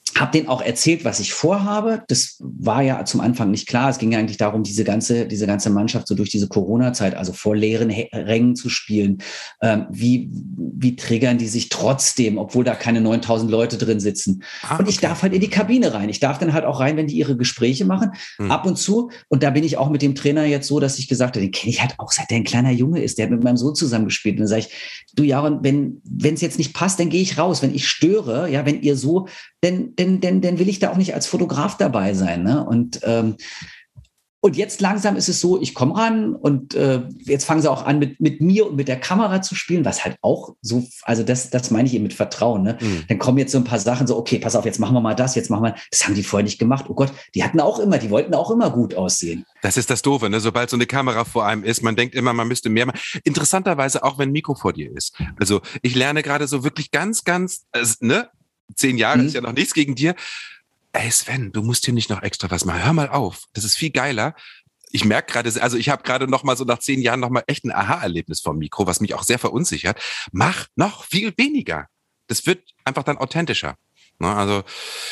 Speaker 3: habe denen auch erzählt, was ich vorhabe. Das war ja zum Anfang nicht klar. Es ging ja eigentlich darum, diese ganze, diese ganze Mannschaft so durch diese Corona-Zeit, also vor leeren Rängen zu spielen. Ähm, wie, wie triggern die sich trotzdem, obwohl da keine neuntausend Leute drin sitzen? Ah, und ich okay. darf halt in die Kabine rein. Ich darf dann halt auch rein, wenn die ihre Gespräche machen, hm. ab und zu. Und da bin ich auch mit dem Trainer jetzt so, dass ich gesagt habe, den kenne ich halt auch, seit der ein kleiner Junge ist. Der hat mit meinem Sohn zusammengespielt. Und dann sage ich, du Jaron, wenn wenn es jetzt nicht passt, dann gehe ich raus. Wenn ich störe, ja, wenn ihr so, dann Denn, denn, denn will ich da auch nicht als Fotograf dabei sein. Ne? Und, ähm, und jetzt langsam ist es so, ich komme ran und äh, jetzt fangen sie auch an, mit, mit mir und mit der Kamera zu spielen, was halt auch so, also das, das meine ich eben mit Vertrauen. Ne? Mhm. Dann kommen jetzt so ein paar Sachen, so, okay, pass auf, jetzt machen wir mal das, jetzt machen wir, das haben die vorher nicht gemacht. Oh Gott, die hatten auch immer, die wollten auch immer gut aussehen.
Speaker 2: Das ist das Doofe, ne? Sobald so eine Kamera vor einem ist, man denkt immer, man müsste mehr machen. Interessanterweise auch, wenn ein Mikro vor dir ist. Also ich lerne gerade so wirklich ganz, ganz, äh, ne? Zehn Jahre mhm. ist ja noch nichts gegen dir. Ey Sven, du musst hier nicht noch extra was machen. Hör mal auf. Das ist viel geiler. Ich merke gerade, also ich habe gerade noch mal so nach zehn Jahren noch mal echt ein Aha-Erlebnis vom Mikro, was mich auch sehr verunsichert. Mach noch viel weniger. Das wird einfach dann authentischer. Also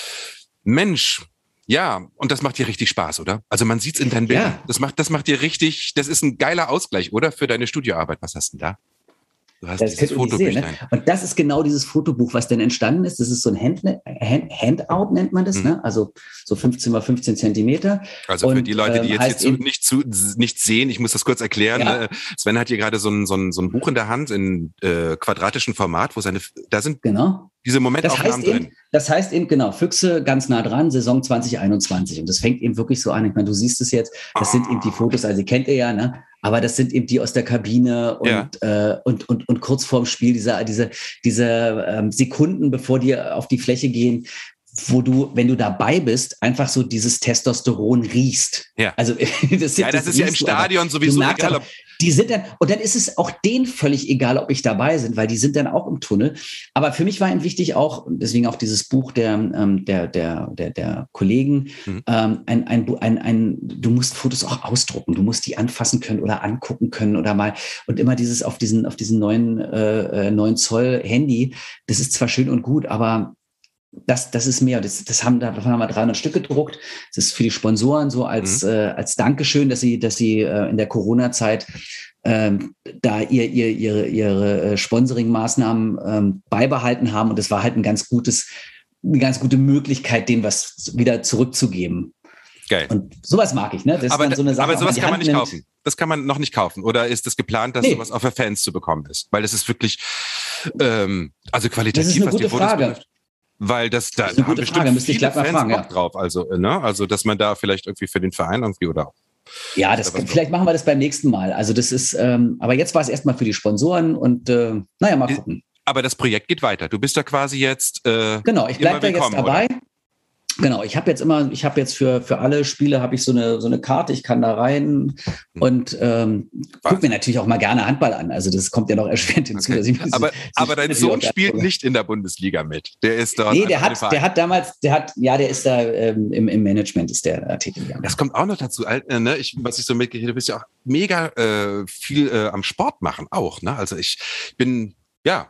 Speaker 2: Mensch, ja, und das macht dir richtig Spaß, oder? Also man sieht's in deinen Bildern. Ja. Das macht, das macht dir richtig, das ist ein geiler Ausgleich, oder? Für deine Studioarbeit. Was hast du denn da? Du hast
Speaker 3: das dieses Fotobüchlein. Ne? Und das ist genau dieses Fotobuch, was denn entstanden ist. Das ist so ein Hand, Hand, Handout, nennt man das, mhm. ne? Also so fünfzehn mal fünfzehn Zentimeter.
Speaker 2: Also für und, die Leute, die jetzt hier zu, nicht, zu, nicht sehen, ich muss das kurz erklären. Ja. Ne? Sven hat hier gerade so ein, so, ein, so ein Buch in der Hand in äh, quadratischen Format, wo seine, da sind
Speaker 3: genau.
Speaker 2: diese Momentaufnahmen
Speaker 3: das heißt
Speaker 2: drin.
Speaker 3: Eben, das heißt eben, genau, Füchse ganz nah dran, Saison zwanzig einundzwanzig. Und das fängt eben wirklich so an. Ich meine, du siehst es jetzt, das oh. sind eben die Fotos, also die kennt ihr ja, ne? Aber das sind eben die aus der Kabine und, ja. äh, und, und, und kurz vorm Spiel, diese, diese, diese ähm, Sekunden, bevor die auf die Fläche gehen, wo du, wenn du dabei bist, einfach so dieses Testosteron riechst.
Speaker 2: Ja.
Speaker 3: Also das,
Speaker 2: ja, das, das ist ja im Stadion sowieso egal.
Speaker 3: Auch, die sind dann, und dann ist es auch denen völlig egal, ob ich dabei bin, weil die sind dann auch im Tunnel. Aber für mich war eben wichtig auch, deswegen auch dieses Buch der, ähm, der, der, der, der Kollegen, mhm. ähm, ein, ein, ein, ein, du musst Fotos auch ausdrucken, du musst die anfassen können oder angucken können oder mal, und immer dieses auf diesen, auf diesen neuen, äh, neun Zoll Handy, das ist zwar schön und gut, aber Das, das ist mehr. Das, das haben, davon haben wir dreihundert Stück gedruckt. Das ist für die Sponsoren so als, mhm. äh, als Dankeschön, dass sie, dass sie äh, in der Corona-Zeit ähm, da ihr, ihr, ihre, ihre äh, Sponsoring-Maßnahmen ähm, beibehalten haben. Und das war halt ein ganz gutes, eine ganz gute Möglichkeit, denen was wieder zurückzugeben.
Speaker 2: Geil.
Speaker 3: Und sowas mag ich, ne? Das
Speaker 2: aber,
Speaker 3: ist dann so eine Sache,
Speaker 2: aber sowas kann man nicht
Speaker 3: nimmt.
Speaker 2: kaufen. Das kann man noch nicht kaufen. Oder ist es geplant, dass
Speaker 3: nee.
Speaker 2: sowas auch für Fans zu bekommen ist? Weil das ist wirklich, ähm, also qualitativ,
Speaker 3: das ist eine
Speaker 2: was
Speaker 3: gute
Speaker 2: die Fotos
Speaker 3: Frage.
Speaker 2: betrifft. Weil das, da,
Speaker 3: das
Speaker 2: da haben bestimmt
Speaker 3: Frage. Müsste ich
Speaker 2: viele
Speaker 3: gleich mal
Speaker 2: Fans
Speaker 3: fragen,
Speaker 2: Bock
Speaker 3: ja.
Speaker 2: drauf. Also, ne? Also, dass man da vielleicht irgendwie für den Verein irgendwie oder.
Speaker 3: Ja, das, das vielleicht machen wir das beim nächsten Mal. Also, das ist, ähm, aber jetzt war es erstmal für die Sponsoren und, äh, naja, mal gucken.
Speaker 2: Aber das Projekt geht weiter. Du bist da quasi jetzt. Äh,
Speaker 3: genau, ich bleibe da jetzt dabei. Oder? Genau, ich habe jetzt immer, ich habe jetzt für, für alle Spiele habe ich so eine, so eine Karte, ich kann da rein und ähm, gucke mir natürlich auch mal gerne Handball an. Also das kommt ja noch erschwerend hinzu.
Speaker 2: Okay.
Speaker 3: Dass ich,
Speaker 2: aber
Speaker 3: ich,
Speaker 2: aber dein Sohn spielt nicht in der Bundesliga mit. Der ist dort.
Speaker 3: Nee, der hat, der hat damals, der hat, ja, der ist da ähm, im, im Management ist der äh, tätig.
Speaker 2: Das kommt auch noch dazu. Äh, ne? ich, was ich so mitgekriegt habe, du bist ja auch mega äh, viel äh, am Sport machen auch. Ne? Also ich bin, ja,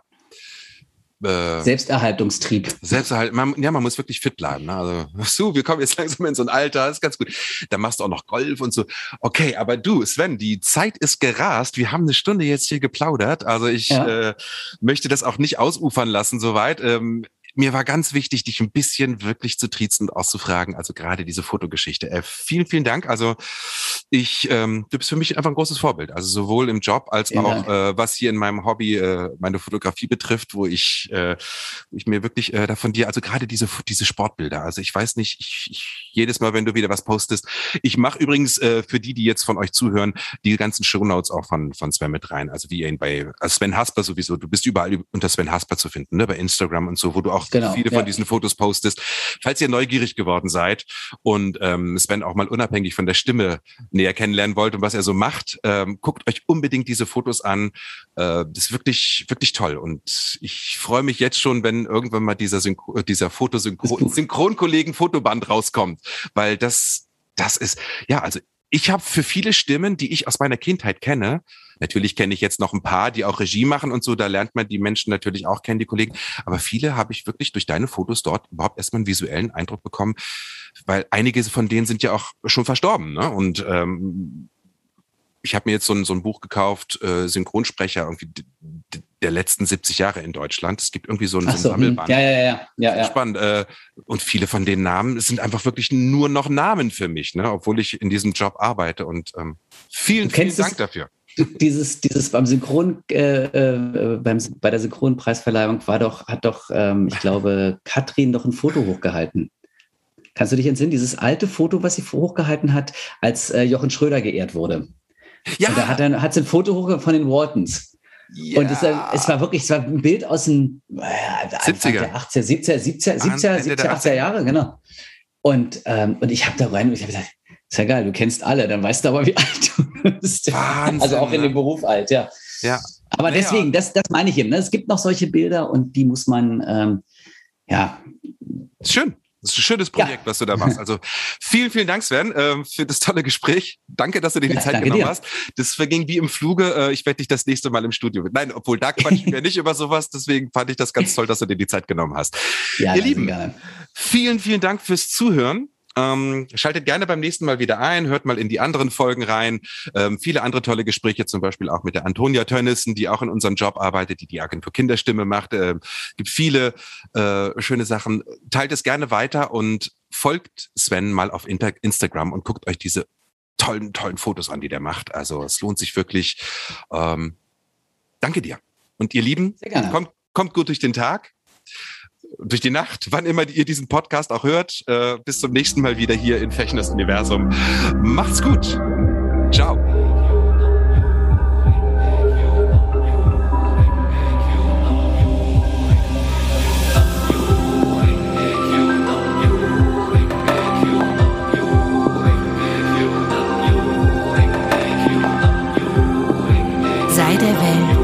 Speaker 3: Äh, Selbsterhaltungstrieb.
Speaker 2: Selbsterhalt, man, ja, man muss wirklich fit bleiben. Ne? Also, so, wir kommen jetzt langsam in so ein Alter, das ist ganz gut. Da machst du auch noch Golf und so. Okay, aber du, Sven, die Zeit ist gerast. Wir haben eine Stunde jetzt hier geplaudert. Also ich ja. äh, möchte das auch nicht ausufern lassen soweit. Ähm, Mir war ganz wichtig, dich ein bisschen wirklich zu triezen und auszufragen. Also gerade diese Fotogeschichte. Äh, vielen, vielen Dank. Also ich, ähm, du bist für mich einfach ein großes Vorbild. Also sowohl im Job als vielen auch, äh, was hier in meinem Hobby, äh, meine Fotografie betrifft, wo ich, äh, ich mir wirklich äh, davon dir, also gerade diese diese Sportbilder. Also ich weiß nicht, ich, ich jedes Mal, wenn du wieder was postest. Ich mache übrigens äh, für die, die jetzt von euch zuhören, die ganzen Shownotes auch von von Sven mit rein. Also wie ihr ihn bei also Sven Hasper sowieso. Du bist überall unter Sven Hasper zu finden, ne? Bei Instagram und so, wo du auch Genau, viele ja. von diesen Fotos postest. Falls ihr neugierig geworden seid und ähm, Sven auch mal unabhängig von der Stimme näher kennenlernen wollt und was er so macht, ähm, guckt euch unbedingt diese Fotos an. Äh, das ist wirklich, wirklich toll. Und ich freue mich jetzt schon, wenn irgendwann mal dieser, Synchro- dieser Fotosynchron- Synchronkollegen-Fotoband rauskommt. Weil das, das ist, ja, also ich habe für viele Stimmen, die ich aus meiner Kindheit kenne, Natürlich kenne ich jetzt noch ein paar, die auch Regie machen und so, da lernt man die Menschen natürlich auch kennen, die Kollegen. Aber viele habe ich wirklich durch deine Fotos dort überhaupt erstmal einen visuellen Eindruck bekommen, weil einige von denen sind ja auch schon verstorben, ne? Und ähm, ich habe mir jetzt so ein, so ein Buch gekauft, äh, Synchronsprecher irgendwie d- d- der letzten siebzig Jahre in Deutschland. Es gibt irgendwie so ein, so ein
Speaker 3: so,
Speaker 2: Sammelband.
Speaker 3: Ja, ja, ja. ja, ja.
Speaker 2: Spannend. Äh, und viele von den Namen sind einfach wirklich nur noch Namen für mich, ne? Obwohl ich in diesem Job arbeite. Und ähm, vielen, vielen Dank
Speaker 3: es,
Speaker 2: dafür.
Speaker 3: Dieses, dieses beim Synchron, äh, äh, beim, bei der Synchronpreisverleihung war doch, hat doch, ähm, ich glaube, Katrin doch ein Foto hochgehalten. Kannst du dich entsinnen? Dieses alte Foto, was sie hochgehalten hat, als äh, Jochen Schröder geehrt wurde.
Speaker 2: Ja.
Speaker 3: Und da hat, er, hat sie ein Foto hochgehalten von den Waltons. Ja. Und es, es war wirklich, es war ein Bild aus den äh,
Speaker 2: siebziger.
Speaker 3: Der achtziger, siebziger, siebziger, siebziger, siebziger, achtziger Jahre, genau. Und, ähm, und ich habe da rein, ich habe gesagt, ist ja geil, du kennst alle, dann weißt du aber, wie alt du bist.
Speaker 2: Wahnsinn,
Speaker 3: also auch in
Speaker 2: ne?
Speaker 3: dem Beruf alt, ja.
Speaker 2: Ja.
Speaker 3: Aber
Speaker 2: naja.
Speaker 3: deswegen, das, das meine ich eben. Ne? Es gibt noch solche Bilder und die muss man, ähm, ja.
Speaker 2: Schön. Das ist ein schönes Projekt, ja. was du da machst. Also vielen, vielen Dank, Sven, äh, für das tolle Gespräch. Danke, dass du dir die ja, Zeit genommen dir. hast. Das verging wie im Fluge. Äh, ich werde dich das nächste Mal im Studio mit. Nein, obwohl da quatschen wir nicht über sowas. Deswegen fand ich das ganz toll, dass du dir die Zeit genommen hast. Ja, ihr Lieben, gerne. vielen, vielen Dank fürs Zuhören. Ähm, schaltet gerne beim nächsten Mal wieder ein, hört mal in die anderen Folgen rein. Ähm, viele andere tolle Gespräche, zum Beispiel auch mit der Antonia Tönnissen, die auch in unserem Job arbeitet, die die Agentur Kinderstimme macht. Äh, gibt viele äh, schöne Sachen. Teilt es gerne weiter und folgt Sven mal auf Inter- Instagram und guckt euch diese tollen, tollen Fotos an, die der macht. Also es lohnt sich wirklich. Ähm, danke dir. Und ihr Lieben, kommt, kommt gut durch den Tag. Durch die Nacht, wann immer ihr diesen Podcast auch hört. Äh, bis zum nächsten Mal wieder hier in Fechners Universum. Macht's gut. Ciao.
Speaker 1: Sei der Welt